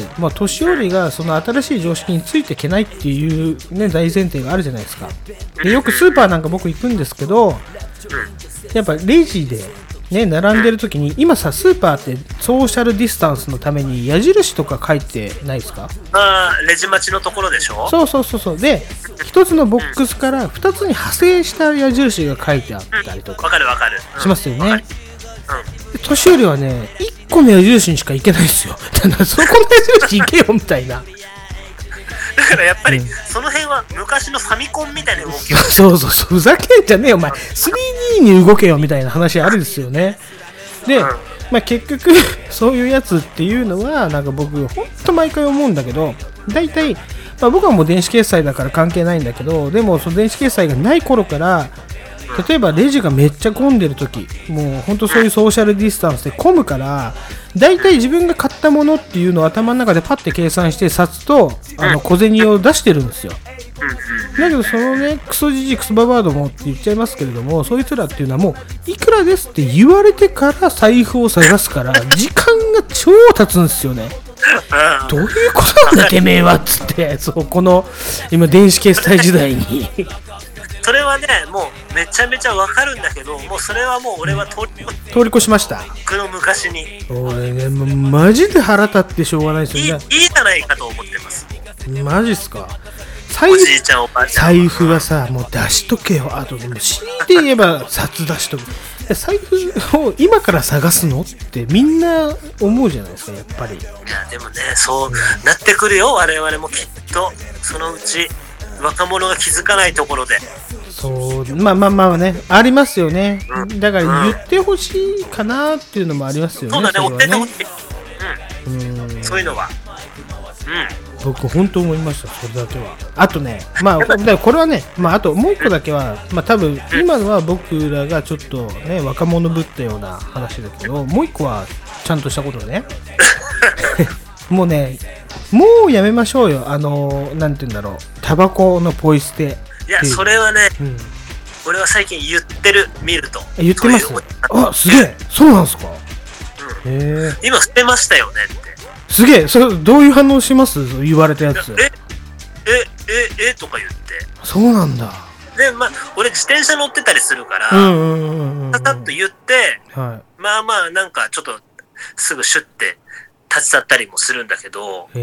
年寄りがその新しい常識についていけないっていう、ね、大前提があるじゃないですか。で、よくスーパーなんか僕行くんですけど、やっぱレジで、ね、並んでる時に、今さ、スーパーってソーシャルディスタンスのために矢印とか書いてないですか？ レジ待ちのところでしょ？ そう。で、一つのボックスから二つに派生した矢印が書いてあったりとか。 わかる。 しますよね。年寄りはね、1個の矢印にしか行けないんですよ。だからそこの矢印行けよみたいな。 だからやっぱり、その辺は昔のファミコンみたいな動きを。 そう、ふざけんじゃねえよ、お前。3D に動けよみたいな話あるんですよね。で、結局、そういうやつっていうのは、なんか僕、ほんと毎回思うんだけど、大体、僕はもう電子決済だから関係ないんだけど、でもその電子決済がない頃から、例えばレジがめっちゃ混んでるとき、もう本当そういうソーシャルディスタンスで混むから、大体自分が買ったものっていうのを頭の中でパッて計算して札と小銭を出してるんですよ。だけどそのね、クソじじクソババアどもって言っちゃいますけれども、そいつらっていうのはもういくらですって言われてから財布を探すから時間が超経つんですよね。どういうことなんだてめえはっつって、この今電子決済時代にそれはね、もうめちゃめちゃわかるんだけど、もうそれはもう俺は通り越しました。 僕の昔に。 俺ね、マジで腹立ってしょうがないですよね。 いいじゃないかと思ってます。 マジっすか。 おじいちゃんおばあちゃん。 財布はさ、もう出しとけよ。あとでも強いて言えば札出しとく。財布を今から探すのってみんな思うじゃないですか、やっぱり。いやでもね、そうなってくるよ。我々もきっとそのうち若者が気づかないところで。 そうまあね、ありますよね。だから言ってほしいかなっていうのもありますよね。 そうだね、追っててほしい。そういうのは。 僕本当思いました、それだけは。あとね、これはね、あともう一個だけは、多分今のは僕らがちょっとね、若者ぶったような話だけど、もう一個はちゃんとしたことね。もうね、もうやめましょうよ。なんて言うんだろう、タバコのポイ捨て。 いや、それはね、俺は最近言ってる、見ると。 言ってます。あ、すげえ、そうなんすか。 今捨てましたよねって。 すげえ、それどういう反応します？言われたやつ。 とか言って。 そうなんだ。 で、俺自転車乗ってたりするから、ささっと言って、なんかちょっとすぐシュッて立ち去ったりもするんだけど、そ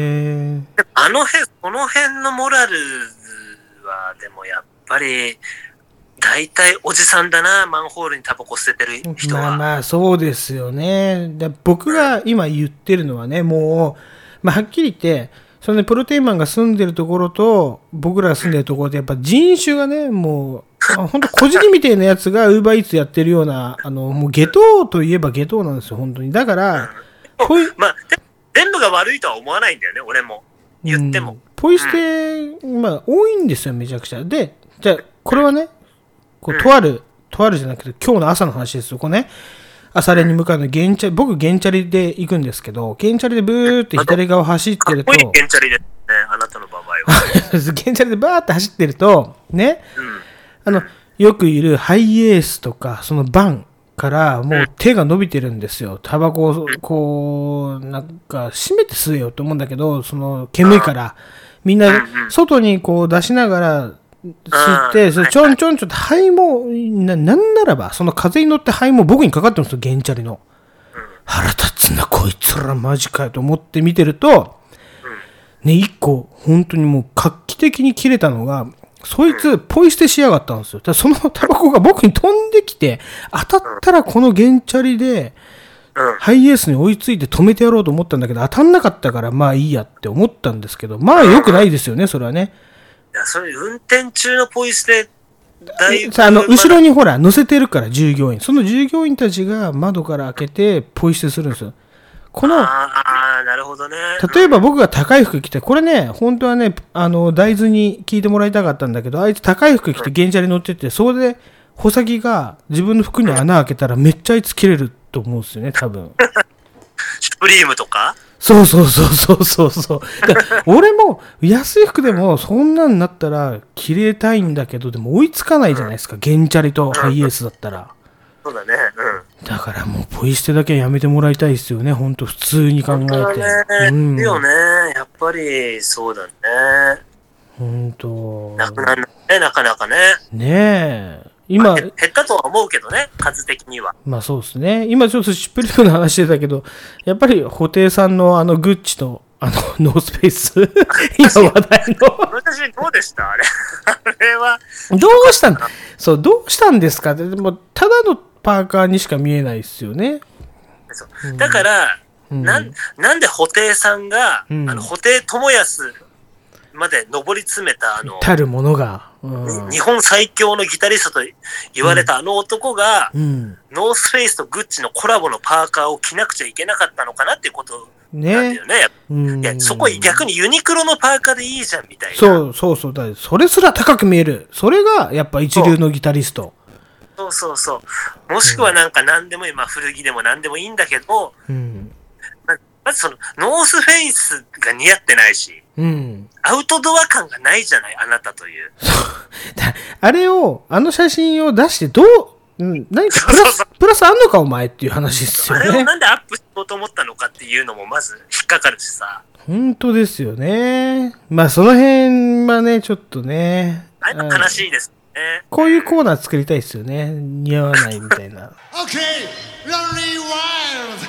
の辺のモラルは、でもやっぱり、大体おじさんだな、マンホールにタバコ捨ててる人は。 そうですよね。僕が今言ってるのはね、もう、はっきり言って、そのね、プロテインマンが住んでるところと、僕らが住んでるところって、やっぱ人種がね、もう、本当小じきみたいなやつがウーバーイーツやってるような、もう下等といえば下等なんですよ、本当に。だから、 全部が悪いとは思わないんだよね、俺も。言っても。 ポイ捨て、多いんですよ、めちゃくちゃ。で、じゃあ、これはね、とあるじゃなくて、今日の朝の話ですよ。朝練に向かうの、僕、ゲンチャリで行くんですけど、ゲンチャリでブーって左側走ってると、 ゲンチャリでね、あなたの場合は。 ゲンチャリでバーって走ってると、ね、よくいるハイエースとか、そのバンからもう手が伸びてるんですよ。タバコを、なんか、閉めて吸えよと思うんだけど、煙いから、みんな、外に出しながら、吸って、それちょんちょんって肺も、なんならば、その風に乗って肺も僕にかかってるんですよ、ゲンチャリの。腹立つな、こいつらマジかよと思って見てると、 ね、一個本当にもう画期的に切れたのが、そいつポイ捨てしやがったんですよ。だからそのタバコが僕に飛んできて、当たったらこのゲンチャリでハイエースに追いついて止めてやろうと思ったんだけど、当たんなかったからまあいいやって思ったんですけど、まあ良くないですよね、それはね。 いや、それ運転中のポイ捨てだいぶ後ろにほら乗せてるから従業員、その従業員たちが窓から開けてポイ捨てするんですよ。このなるほどね。 例えば僕が高い服着て、これね本当はね大豆に聞いてもらいたかったんだけど、あいつ高い服着てゲンチャリ乗ってて、それで穂先が自分の服に穴開けたらめっちゃあいつ切れると思うんですよね、多分。 シュプリームとか。 そう。俺も安い服でもそんなんなったら切れたいんだけど、でも追いつかないじゃないですか、ゲンチャリとハイエースだったら。 そうだね。 だからもうポイ捨てだけはやめてもらいたいですよね、本当普通に考えて。 本当だね。いいよね。やっぱりそうだね。 本当。 なくなるね、なかなかね。 ねえ。今、 減ったとは思うけどね、数的には。 まあそうですね。今ちょっとシュプリームの話してたけど、やっぱり布袋さんのグッチとノースペース今話題の私どうでしたあれあれはどうしたんですかって。でもただのパーカーにしか見えないですよね。 だから、なんで布袋さんが、布袋寅泰まで上り詰めたたるものが、 日本最強のギタリストと言われた男が、ノースフェイスとグッチのコラボのパーカーを着なくちゃいけなかったのかなっていうことなんだよね。いや、そこ逆にユニクロのパーカーでいいじゃんみたいな。 そう。だそれすら高く見える。それがやっぱ一流のギタリスト。 そう。もしくはなんか何でもいい、まあ古着でも何でもいいんだけど、まずそのノースフェイスが似合ってないし、アウトドア感がないじゃない、あなたという。 あれを、写真を出して何かプラスあんのかお前っていう話ですよね。 あれをなんでアップしようと思ったのかっていうのもまず引っかかるしさ。 本当ですよね。まあその辺はね、ちょっとね。 あれは悲しいですね。 こういうコーナー作りたいですよね。似合わないみたいな。 Okay, Lonely Wild!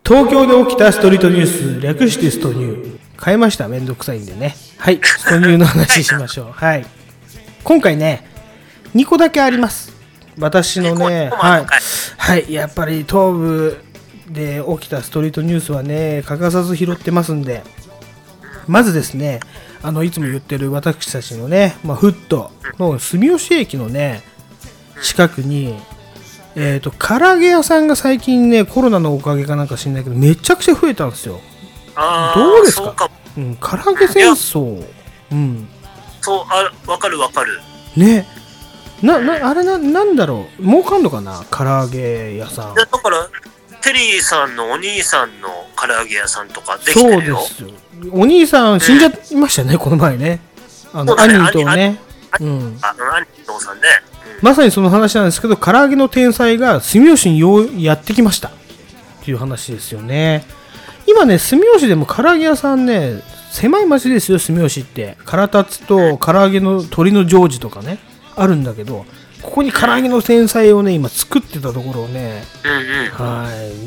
東京で起きたストリートニュース、略してストニュー。変えました。めんどくさいんでね。はい、ストニューの話しましょう。はい。今回ね、2個だけあります。私のね、はい。はい、やっぱり東部で起きたストリートニュースはね、欠かさず拾ってますんで、まずですね、いつも言ってる私たちのね、フットの住吉駅のね、近くに、唐揚げ屋さんが最近ね、コロナのおかげかなんか知んないけど、めちゃくちゃ増えたんですよ。どうですか？うん、唐揚げ戦争。うん。 そう、わかる。 ね。あれなんだろう、儲かんのかな、唐揚げ屋さん。 だから、テリーさんのお兄さんの唐揚げ屋さんとかできてるよ。 そうですよ。お兄さん死んじゃいましたね、この前ね。兄とね。 兄とさんね。 まさにその話なんですけど、唐揚げの天才が住吉にやってきましたっていう話ですよね。今ね、住吉でも唐揚げ屋さんね、狭い町ですよ、住吉って。唐達と唐揚げの鶏のジョージとかね、あるんだけど、ここに唐揚げの天才をね、今作ってたところをね、はい、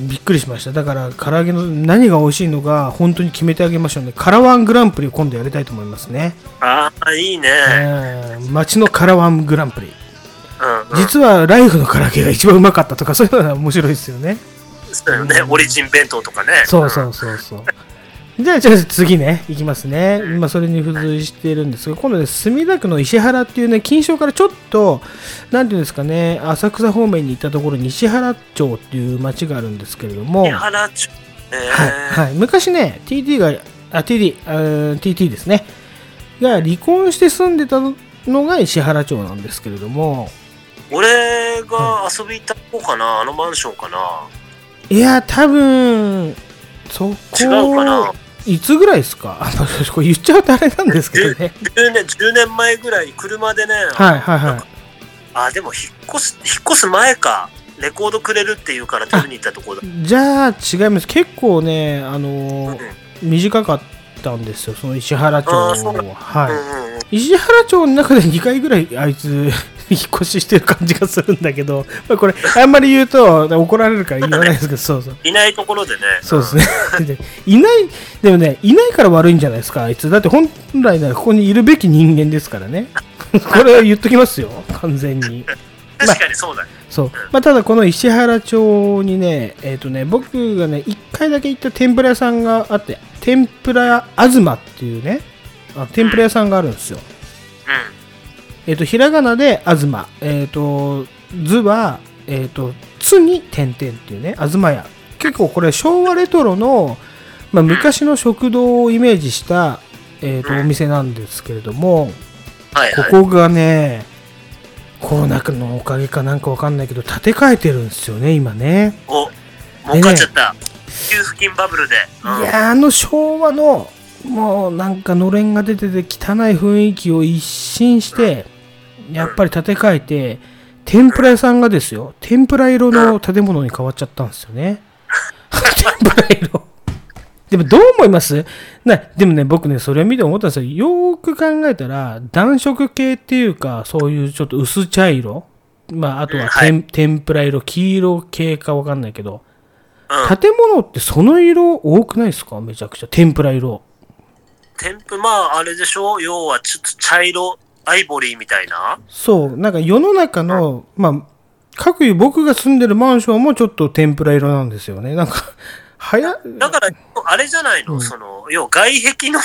びっくりしました。だから唐揚げの何が美味しいのか本当に決めてあげましょうね。カラワングランプリを今度やりたいと思いますね。 いいね。 町のカラワングランプリ。実はライフの唐揚げが一番うまかったとか、そういうのは面白いですよね。 そうよね、オリジン弁当とかね。 そう。じゃあ次ね、いきますね。今それに付随しているんですが、今度ね、墨田区の石原っていうね、金賞からちょっと、なんていうんですかね、浅草方面に行ったところに石原町っていう町があるんですけれども、 石原町、 はい、昔ね、TT ですね、が離婚して住んでたのが石原町なんですけれども、 俺が遊び行ったとこかな、あのマンションかな。 いや、多分そこ違うかな。 いつぐらいですか？これ言っちゃうとあれなんですけどね。 10年前ぐらい車でね。でも引っ越す前か。レコードくれるっていうから取りに行ったところだ。 じゃあ違います。結構ね、短かったんですよ、その石原町は。石原町の中で2回ぐらいあいつ引っ越ししてる感じがするんだけど、これあんまり言うと怒られるから言わないですけど、そういないところでね。 そうですね。でもね、いないから悪いんじゃないですか、あいつ。だって本来ならここにいるべき人間ですからね。これは言っときますよ、完全に。 確かにそうだね。 そう。ただこの石原町にね、僕がね、1回だけ行った天ぷら屋さんがあって、天ぷらあずまっていうね、天ぷら屋さんがあるんですよ。ひらがなであずま、ずは、つに点々っていうね、あずま屋。結構これ昭和レトロの、昔の食堂をイメージした、お店なんですけれども、ここがね、コロナのおかげかなんかわかんないけど、建て替えてるんですよね、今ね。 儲かっちゃった。給付金バブルで。 いや、昭和の、もうなんかのれんが出てて汚い雰囲気を一新して、やっぱり建て替えて、天ぷら屋さんがですよ、天ぷら色の建物に変わっちゃったんですよね。天ぷら色。でもどう思います？でもね、僕ね、それを見て思ったんですよ。よーく考えたら、暖色系っていうか、そういうちょっと薄茶色、あとは天ぷら色、黄色系かわかんないけど、建物ってその色多くないですか？めちゃくちゃ天ぷら色。 あれでしょ、要はちょっと茶色アイボリーみたいな。 そう、なんか世の中の、各いう僕が住んでるマンションもちょっと天ぷら色なんですよね。なんかだからあれじゃないの、要は外壁の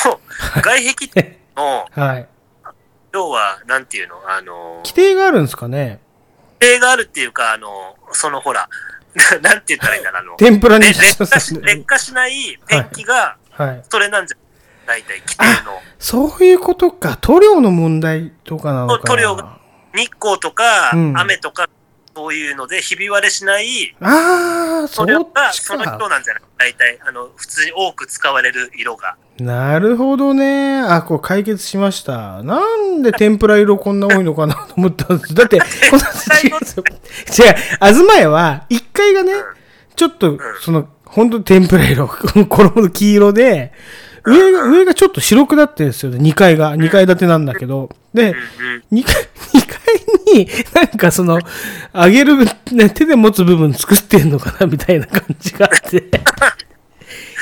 はい、 要はなんていうの、 規定があるんですかね。 規定があるっていうか、ほらなんて言ったらいいんだろう、 天ぷらに劣化しないペンキが、それなんじゃ大体規定の。 そういうことか。塗料の問題とかなのかな。 塗料が日光とか、雨とかそういうのでひび割れしない。 それがその色なんじゃない？大体普通に多く使われる色が。なるほどね。こう解決しました。なんで天ぷら色こんな多いのかなと思ったんです。だってこの違う、あずまやは1階がね、ちょっと本当天ぷら色、衣の黄色で。上がちょっと白くなってるんですよね。2階建てなんだけど。で、2階になんか揚げる、手で持つ部分作ってんのかなみたいな感じがあって。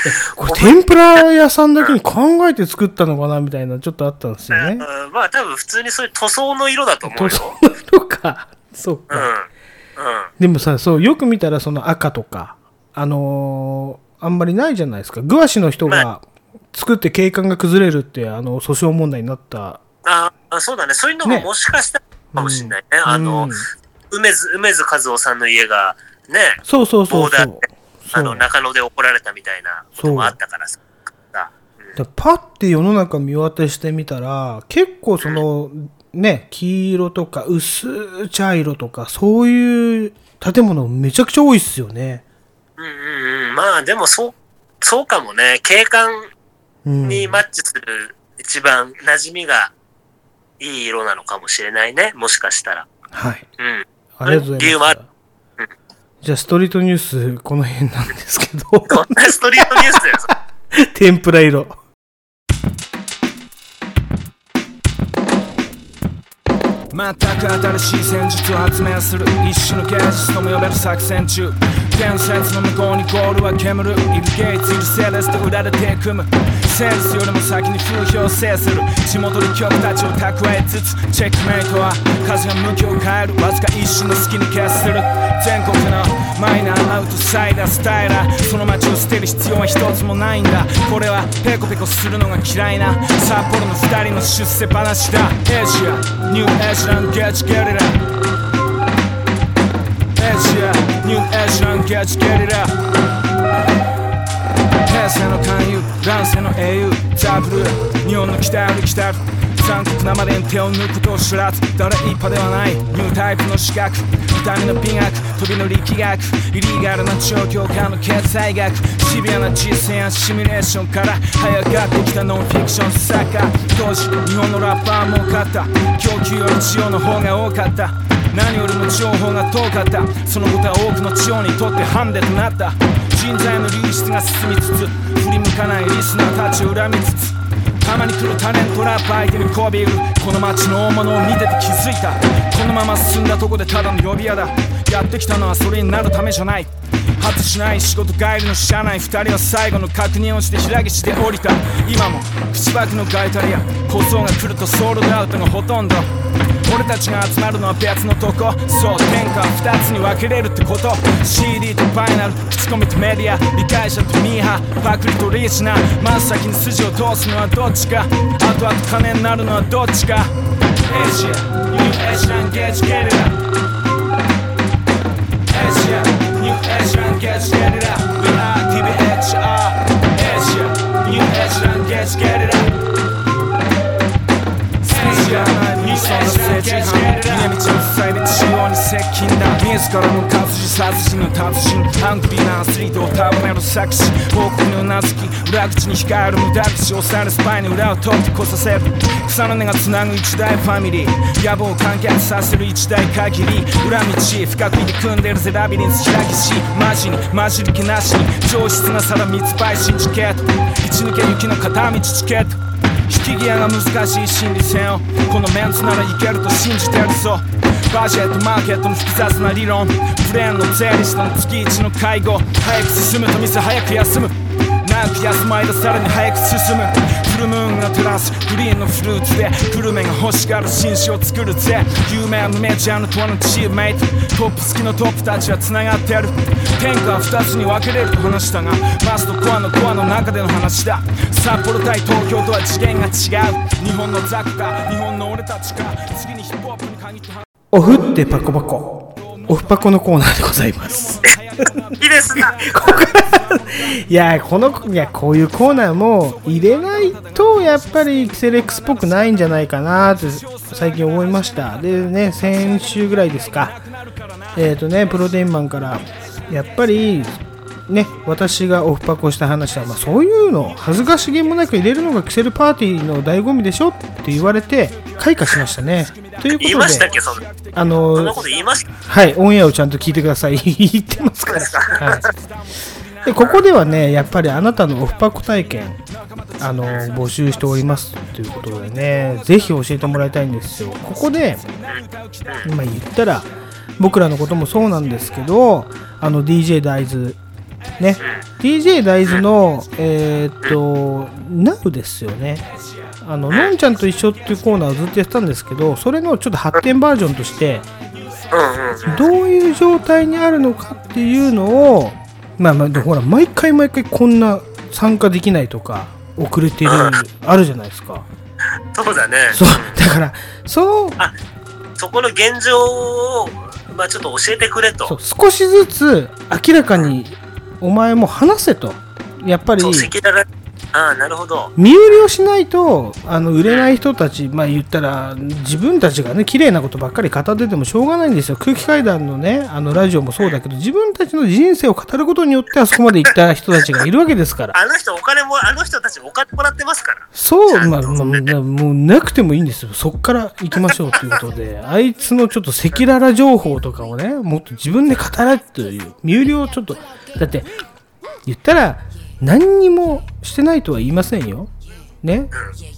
これ天ぷら屋さんだけに考えて作ったのかなみたいなちょっとあったんですよね。 まあ多分普通にそういう塗装の色だと思うよ。 塗装の色か。そうか。でもさ、そうよく見たらその赤とかあんまりないじゃないですか。グアシの人が作って景観が崩れるって訴訟問題になった。 そうだね。そういうのももしかしたらかもしれないね。梅津和夫さんの家がね、 そう。 中野で怒られたみたいなこともあったからさ。 パッて世の中見渡してみたら、結構その、ね、黄色とか薄茶色とかそういう建物めちゃくちゃ多いっすよね。 まあでもそうかもね。景観にマッチする一番馴染みがいい色なのかもしれないね。もしかしたら。 はい。ありがとうございます。じゃあストリートニュースこの辺なんですけど。 どんなストリートニュースだよ。 天ぷら色。 全く新しい戦術を発明する一種の芸術とも呼べる作戦中。伝説の向こうにゴールは煙る。イルゲイツいるセレスと裏で手組む。セールスよりも先に風評を制する。地元で曲たちを蓄えつつチェックメイトは風が向きを変える。わずか一瞬の隙に決する。全国のマイナーアウトサイダースタイラー。その街を捨てる必要は一つもないんだ。これはペコペコするのが嫌いな札幌の二人の出世話だ。エジアニューエジランゲッチゲリラ。エジアニューエジランゲッチゲリラ。平成の勧誘乱世の英雄ザブルー。日本の北より北る残酷なまでに手を抜くことを知らず。誰一派ではないニュータイプの資格。痛みの美学飛びの力学。イリーガルな状況下の経済学。シビアな実践やシミュレーションから這い上がってきたノンフィクション作家。当時日本のラッパーも多かった。供給より需要の方が多かった。何よりも情報が遠かった。そのことは多くの地方にとってハンデとなった。人材の流出が進みつつ振り向かないリスナーたちを恨みつつたまに来るタレントラップ相手にこびる。この街の大物を見てて気づいた。このまま進んだとこでただの呼び屋だ。やってきたのはそれになるためじゃない。果てしない仕事帰りの車内2人は最後の確認をして平岸で降りた。今も口ばきのガイタリア構想が来るとソールドアウトがほとんど。俺たちが集まるのは別のとこ。そう天下は2つに分けれるってこと。 CD とファイナル口コミとメディア理解者とミーハーパクリとリーチナー。真っ先に筋を通すのはどっちか。あとあと金になるのはどっちか。エジアニューエジランゲッチゲリラ。エジアニューエジランゲッチゲリラ。 We are TBHR。 エジアニューエジランゲッチゲリラ。その政治犯南地の塞いで中央に接近だ。自らの活字殺人の達人ハングリーなアスリートを束ねる作詞報告にうなずき裏口に控える無駄口をされスパイに裏を取ってこさせる。草の根がつなぐ一大ファミリー野望を完結させる一大限り裏道深く入り組んでるぜラビリンス開きしマジに混じり気なしに上質な皿密売新チケット一抜け行きの片道チケット引き際が難しい心理戦をこのメンツならいけると信じてるぞ。バジェットマーケットの複雑な理論プレーンの税理士との月一の会合早く進むとミス早く休む長く休む間さらに早く進む。フルムーンが照らすグリーンのフルーツでグルメが欲しがる紳士を作るぜ。有名なメジャーのとのチームメイトトップ好きのトップたちは繋がってる。天下は2つに分けれると話したがマスとコアのコアの中での話だ。札幌対東京とは次元が違う。日本のザクか日本の俺たちか。次にヒップホップに限ってオフってパコパコオフパコのコーナーでございますいいですないやこういうコーナーも入れないとやっぱりセレックスっぽくないんじゃないかなって最近思いました。でね先週ぐらいですかプロテインマンからやっぱりね私がオフパコした話は、そういうの恥ずかしげもなく入れるのがキセルパーティーの醍醐味でしょって言われて開花しましたね。ということで言いましたっけそんなこと言いました。 はいオンエアをちゃんと聞いてください言ってますから、はい、でここではねやっぱりあなたのオフパコ体験募集しておりますということでねぜひ教えてもらいたいんですよ。ここで言ったら僕らのこともそうなんですけどDJ 大豆ね、DJ 大豆のNow ですよね。のんちゃんと一緒っていうコーナーをずっとやってたんですけど、それのちょっと発展バージョンとしてどういう状態にあるのかっていうのを、ほら毎回こんな参加できないとか遅れてるあるじゃないですか。 そうだね。 そうだからそこの現状をちょっと教えてくれと。 少しずつ明らかにお前も話せと。やっぱりなるほど。 身売りをしないと売れない人たち、言ったら自分たちがね綺麗なことばっかり語っててもしょうがないんですよ。空気階段のねラジオもそうだけど、自分たちの人生を語ることによってあそこまで行った人たちがいるわけですから。 あの人たちお金もらってますから。 そう、もうなくてもいいんですよ。そっから行きましょうということであいつのちょっと赤裸々情報とかをねもっと自分で語るという身売りをちょっと、だって言ったら何にもしてないとは言いませんよね。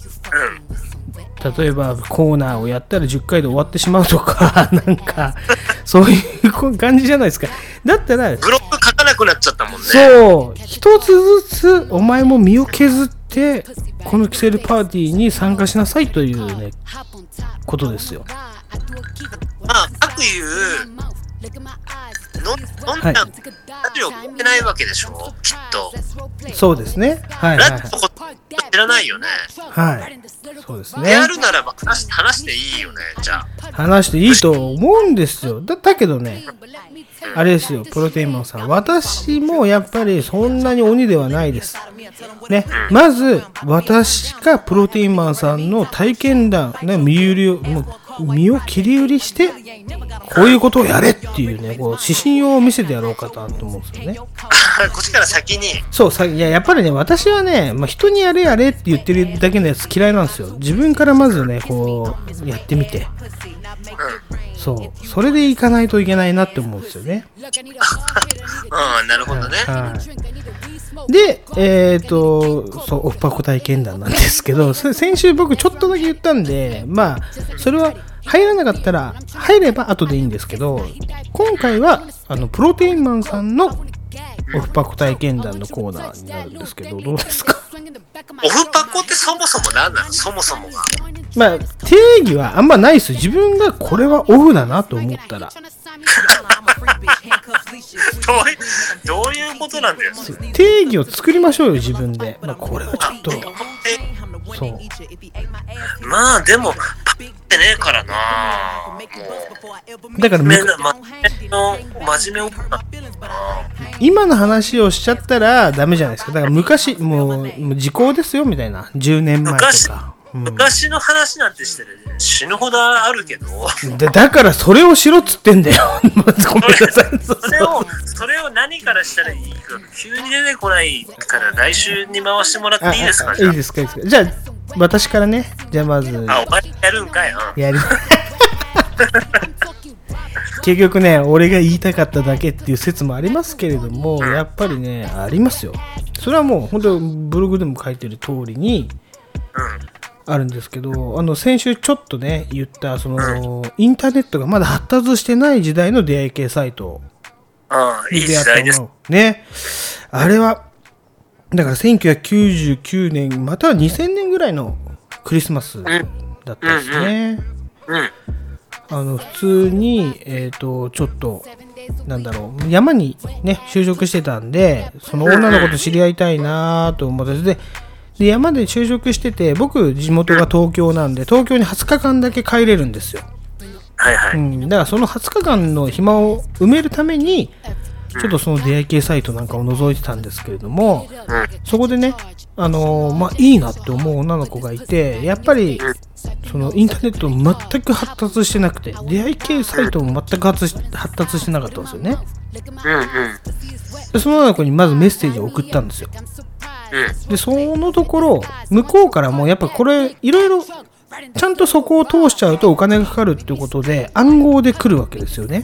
例えばコーナーをやったら10回で終わってしまうとかなんかそういう感じじゃないですか。だったらブロック書かなくなっちゃったもんね。 そう、一つずつお前も身を削ってこのキセルパーティーに参加しなさいというねことですよ。 各言うのんちゃん、ラジオ聞いてないわけでしょ、きっと。 そうですね。はい。 ラジオのこと知らないよね。 はい。そうですね。 やるならば話していいよね、じゃあ。 話していいと思うんですよ。だけどね、あれですよ、プロテインマンさん。私もやっぱりそんなに鬼ではないです。ね。まず、私がプロテインマンさんの体験談、ね、身を切り売りして、こういうことをやれっていうね、こう指針を見せてやろうかと思うんですよね。 こっちから先に。 そう、やっぱりね、私はね、人にやれって言ってるだけのやつ嫌いなんですよ。自分からまずね、こう、やってみて。そう、それでいかないといけないなって思うんですよね。 なるほどね。 で、そう、オフパコ体験談なんですけど、先週僕ちょっとだけ言ったんで、それは入らなかったら、入れば後でいいんですけど、今回は、プロテインマンさんのオフパコ体験談のコーナーになるんですけど、どうですか？ オフパコってそもそも何なの？そもそもが。 定義はあんまないです。自分がこれはオフだなと思ったら。 どういうことなんだよ。 定義を作りましょうよ、自分で。これはちょっと。そう。 でも、パってねえからな。 だから真面目を。今の話をしちゃったらダメじゃないですか。だから昔、もう時効ですよみたいな。10年前とか。 昔の話なんてしてる死ぬほどあるけど。 だからそれをしろっつってんだよ。 それを何からしたらいいか急に出てこないから来週に回してもらっていいですか？ いいですか。じゃあ私からね。じゃあまず。 お前やるんかい。 やる。結局ね、俺が言いたかっただけっていう説もありますけれども、やっぱりねありますよ。それはもう本当ブログでも書いてる通りに。あるんですけど、先週ちょっとね言ったインターネットがまだ発達してない時代の出会い系サイトいい時代ですね。あれはだから1999年または2000年ぐらいのクリスマスだったんですね。普通にちょっと山にね就職してたんで、その女の子と知り合いたいなと思ってで山で就職してて、僕地元が東京なんで東京に20日間だけ帰れるんですよ。だからその20日間の暇を埋めるためにちょっとその出会い系サイトなんかを覗いてたんですけれども、そこでねいいなって思う女の子がいて、やっぱりそのインターネット全く発達してなくて、出会い系サイトも全く発達してなかったんですよね。でその女の子にまずメッセージを送ったんですよ。でそのところ向こうからもやっぱこれいろいろちゃんとそこを通しちゃうとお金がかかるっていうことで暗号で来るわけですよね。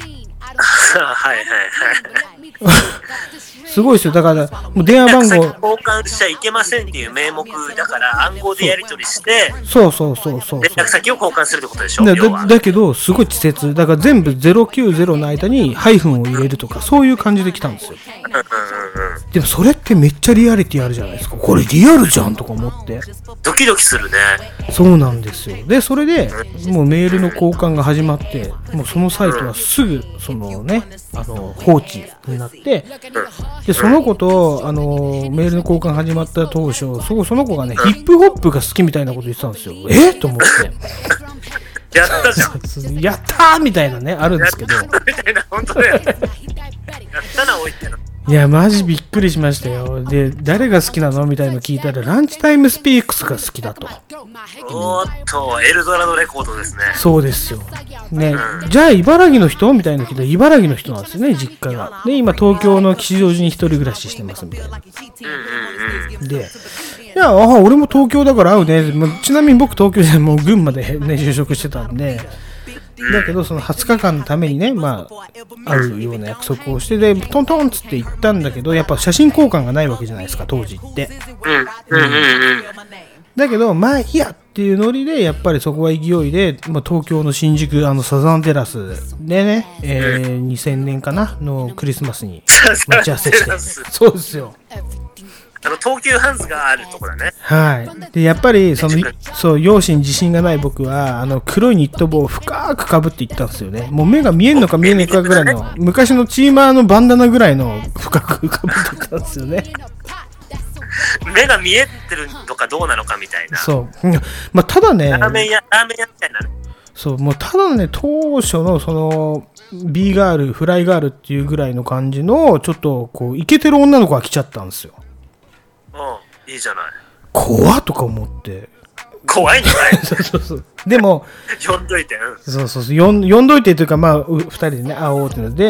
すごいですよ。だからもう電話番号交換しちゃいけませんっていう名目だから暗号でやり取りしてそう連絡先を交換するってことでしょ。 だけどすごい稚拙だから全部090の間にハイフンを入れるとかそういう感じで来たんですよ。 でもそれってめっちゃリアリティあるじゃないですか。これリアルじゃんとか思って。 ドキドキするね。 そうなんですよ。でそれでもうメールの交換が始まって、もうそのサイトはすぐそのね放置になって、でその子とメールの交換始まった当初、その子がねヒップホップが好きみたいなこと言ってたんですよ。と思って。 やったじゃん。 やったーみたいなねあるんですけど。 やったみたいな本当だよね。やったなおいっての。 いやマジびっくりしましたよ。で誰が好きなのみたいなの聞いたらランチタイムスピークスが好きだと。 おーっとエルドラドレコードですね。 そうですよね、じゃあ茨城の人みたいなの聞いたら茨城の人なんですよね、実家が。で今東京の吉祥寺に一人暮らししてますみたいな。でいや俺も東京だから会うね。ちなみに僕東京でもう群馬で、ね、就職してたんで、だけどその20日間のためにね、会うような約束をして、でトントンっつって行ったんだけど、やっぱ写真交換がないわけじゃないですか当時って。だけどいいやっていうノリでやっぱりそこは勢いで、東京の新宿サザンテラスでね、2000年かなのクリスマスに待ち合わせしてそうですよ。 東急ハンズがあるところだね。 はい。でやっぱりそう容姿に自信がない僕は黒いニット帽を深くかぶっていったんですよね。もう目が見えんのか見えないかぐらいの昔のチーマーのバンダナぐらいの深くかぶっていったんですよね。 目が見えてるのかどうなのかみたいな。 そう。ただね。 ラーメン屋みたいな。 そう、もうただね当初のその B ガールフライガールっていうぐらいの感じのちょっとこうイケてる女の子が来ちゃったんですよ。 いいじゃない。 怖っとか思って。 怖いんじゃない。 そうでも呼んどいて、 そう呼んどいてというか2人でね会おうってので、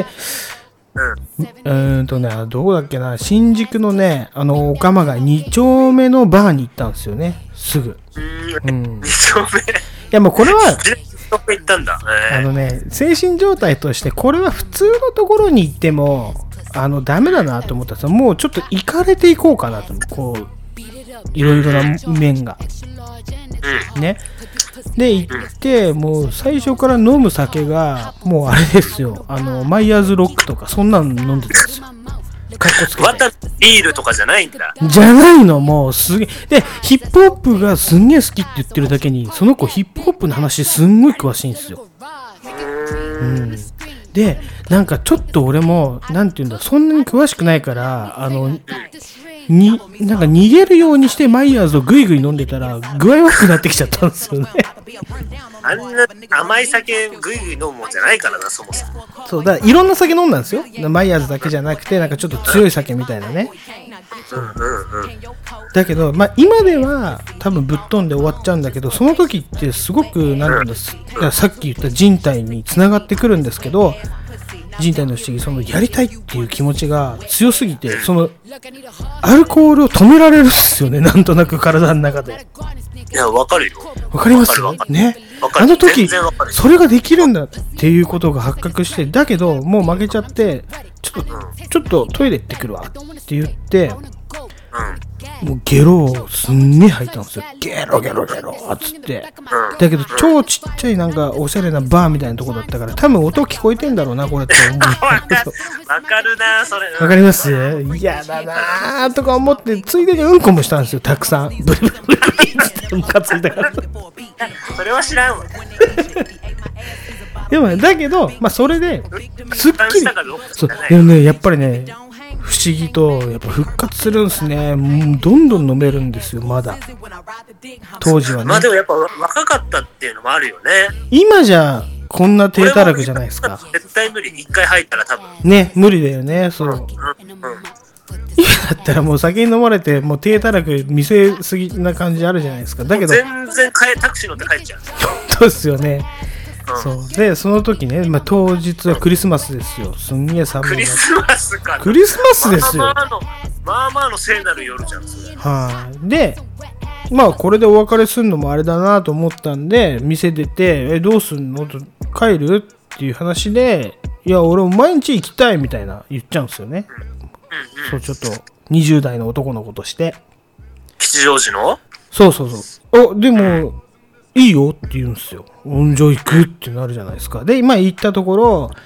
どこだっけな、新宿のねおかまが2丁目のバーに行ったんですよね、すぐ。 2丁目。いやもうこれはどこ行ったんだ。 精神状態としてこれは普通のところに行ってもダメだなと思ったら、もうちょっと行かれていこうかなと、こういろいろな面が、ね。で行ってもう最初から飲む酒がもうあれですよ、マイヤーズロックとかそんなの飲んでたんですよ。かっこつけて。 ワタビールとかじゃないんだ。 じゃないの、もうすげえ。でヒップホップがすんげえ好きって言ってるだけに、その子ヒップホップの話すんごい詳しいんですよ。でなんかちょっと俺もなんていうんだ、そんなに詳しくないからなんか逃げるようにしてマイヤーズをグイグイ飲んでたら具合悪くなってきちゃったんですよね。 あんな甘い酒グイグイ飲むもんじゃないからな、そもそも。 そうだからいろんな酒飲んだんですよ。マイヤーズだけじゃなくてなんかちょっと強い酒みたいなね。だけど今では多分ぶっ飛んで終わっちゃうんだけど、その時ってすごくなんだ、さっき言った人体に繋がってくるんですけど、人体の不思議、そのやりたいっていう気持ちが強すぎて、そのアルコールを止められるんですよね、なんとなく体の中で。 いや、わかるよ。 わかりますよね。時それができるんだっていうことが発覚して、だけどもう負けちゃって、ちょっとトイレ行ってくるわって言って、もうゲロをすんげえ吐いたんですよ。ゲロっつって。だけど超ちっちゃいなんかおしゃれなバーみたいなとこだったから、多分音聞こえてんだろうなこれって思う。 わかるなそれ。 わかります。嫌だなとか思って、ついでにうんこもしたんですよ、たくさん。ブリブリブリってムカついたから。 それは知らんわ。 でもだけどそれですっきり。そうでもね、やっぱりね不思議とやっぱ復活するんですね。もうどんどん飲めるんですよ、まだ当時はね。 でもやっぱ若かったっていうのもあるよね。 今じゃこんな低たらくじゃないですか。 絶対無理。一回入ったら多分ね、無理だよね。そう今だったらもう酒に飲まれてもう低たらく見せすぎな感じあるじゃないですか。だけど全然タクシー乗って帰っちゃう。 そうですよね。そうでその時ね、当日はクリスマスですよ。すんげえ寒い。 クリスマスか。 クリスマスですよ。 まあまあの聖なる夜じゃんそれ。 でこれでお別れするのもあれだなと思ったんで、店出てどうすんのと、帰るっていう話で、いや俺も毎日行きたいみたいな言っちゃうんですよね。そうちょっと20代の男の子として吉祥寺のそうでもいいよって言うんですよ。じゃあ行くってなるじゃないですか。で今行ったところ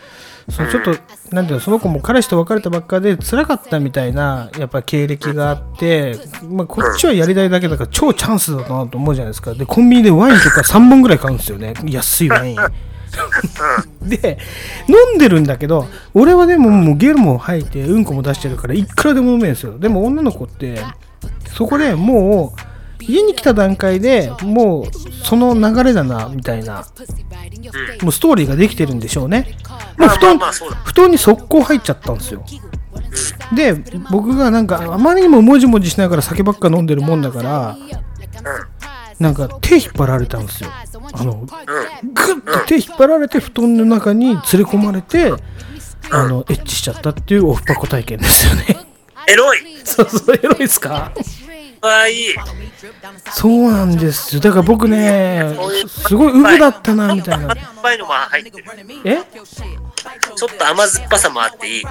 ちょっとなんていうの、その子も彼氏と別れたばっかで辛かったみたいなやっぱ経歴があって、こっちはやりたいだけだから超チャンスだなと思うじゃないですか。でコンビニでワインとか3本ぐらい買うんですよね、安いワインで飲んでるんだけど、俺はでももうゲルも吐いてうんこも出してるからいくらでも飲めるんですよ。でも女の子ってそこでもう家に来た段階でもうその流れだなみたいな、もうストーリーができてるんでしょうね。もう布団に速攻入っちゃったんですよ。で僕がなんかあまりにももじもじしながら酒ばっか飲んでるもんだから、なんか手引っ張られたんですよ。グッと手引っ張られて布団の中に連れ込まれてエッチしちゃったっていうオフパコ体験ですよね。 エロい。 そうエロいですか。 いい。 そうなんですよ。だから僕ね、すごいウブだったなみたいな。 甘酸っぱいのも入ってる。ちょっと甘酸っぱさもあっていい。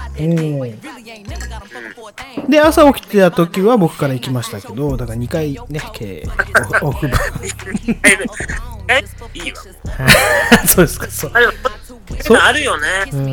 で朝起きてた時は僕から行きましたけど、だから2回ね、オフバいいわ。 そうですか。そうあるよね。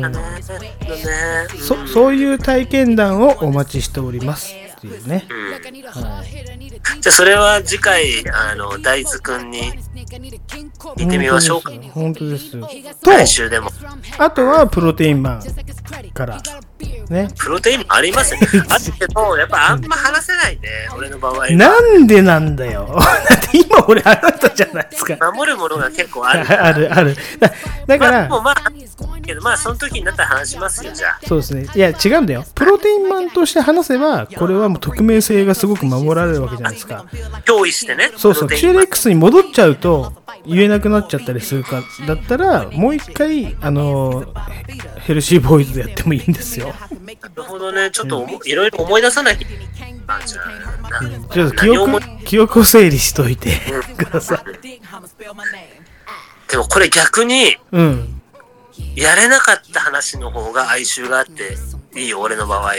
そういう体験談をお待ちしておりますっていうね。 じゃあそれは次回大豆くんに聞いてみましょうか。 本当です。 来週でも。 あとはプロテインマンからね。 プロテインマンありますよ。あってもやっぱあんま話せないね、俺の場合は。 なんでなんだよ。だって今俺あなたじゃないですか。 守るものが結構ある。 ある。だからけどその時になったら話しますよ。じゃあそうですね。いや違うんだよ。プロテインマンとして話せばこれはもう匿名性がすごく守られるわけじゃないですか。 憑依してね。 そう QLX に戻っちゃうと言えなくなっちゃったりするかだったら、もう一回ヘルシーボーイズでやってもいいんですよ。 なるほどね。ちょっといろいろ思い出さなきゃいけない。 ちょっと記憶を整理しといてください。 でもこれ逆に、やれなかった話の方が哀愁があっていいよ、俺の場合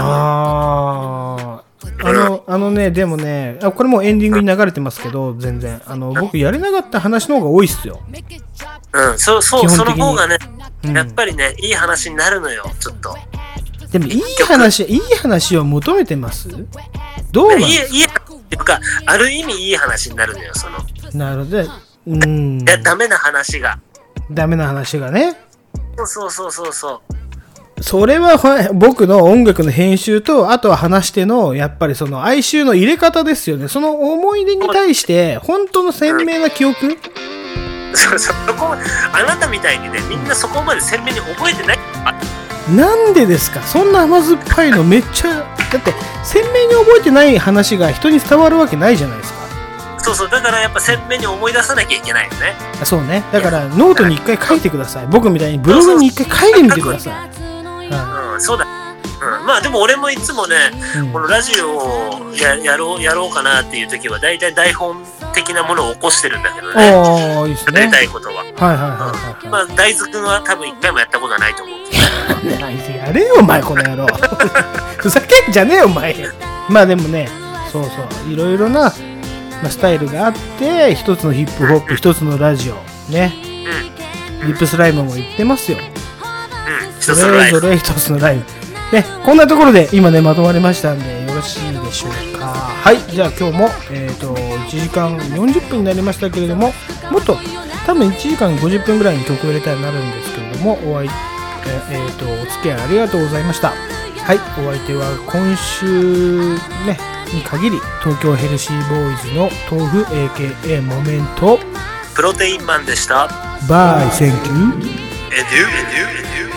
は。でもね、これもうエンディングに流れてますけど、全然僕やれなかった話の方が多いっすよ。その方がね、やっぱりね、いい話になるのよ、ちょっと。 でもいい話を求めてます？どうなんですか？ いい話っていうか、ある意味いい話になるのよ、その。 なるほど。 ダメな話がね。 そう。 それは僕の音楽の編集と、あとは話してのやっぱりその哀愁の入れ方ですよね。その思い出に対して本当の鮮明な記憶。 そこあなたみたいにね、みんなそこまで鮮明に覚えてない。 なんでですか。そんな甘酸っぱいのめっちゃ、だって鮮明に覚えてない話が人に伝わるわけないじゃないですか。 そうだからやっぱ鮮明に思い出さなきゃいけないよね。 そうね。だからノートに一回書いてください。僕みたいにブログに一回書いてみてください。 そうだ。でも俺もいつもね、このラジオをやろうかなっていう時はだいたい台本的なものを起こしてるんだけどね。 いいですね。 やりたいことは。大豆くんは多分一回もやったことはないと思う。 やれよお前この野郎。ふざけんじゃねえよお前。でもね、そういろいろなスタイルがあって、一つのヒップホップ、一つのラジオね。リップスライムも言ってますよ。それぞれ一つのライブね。こんなところで今ねまとまりましたんでよろしいでしょうか。はい、じゃあ今日も1時間40分になりましたけれども、もっと多分1時間50分ぐらいに曲を入れたらなるんですけれども、お付き合いありがとうございました。はい、お相手は今週ねに限り東京ヘルシーボーイズの豆腐 AKA モメントプロテインマンでした。 バイ、センキュー。 エデュ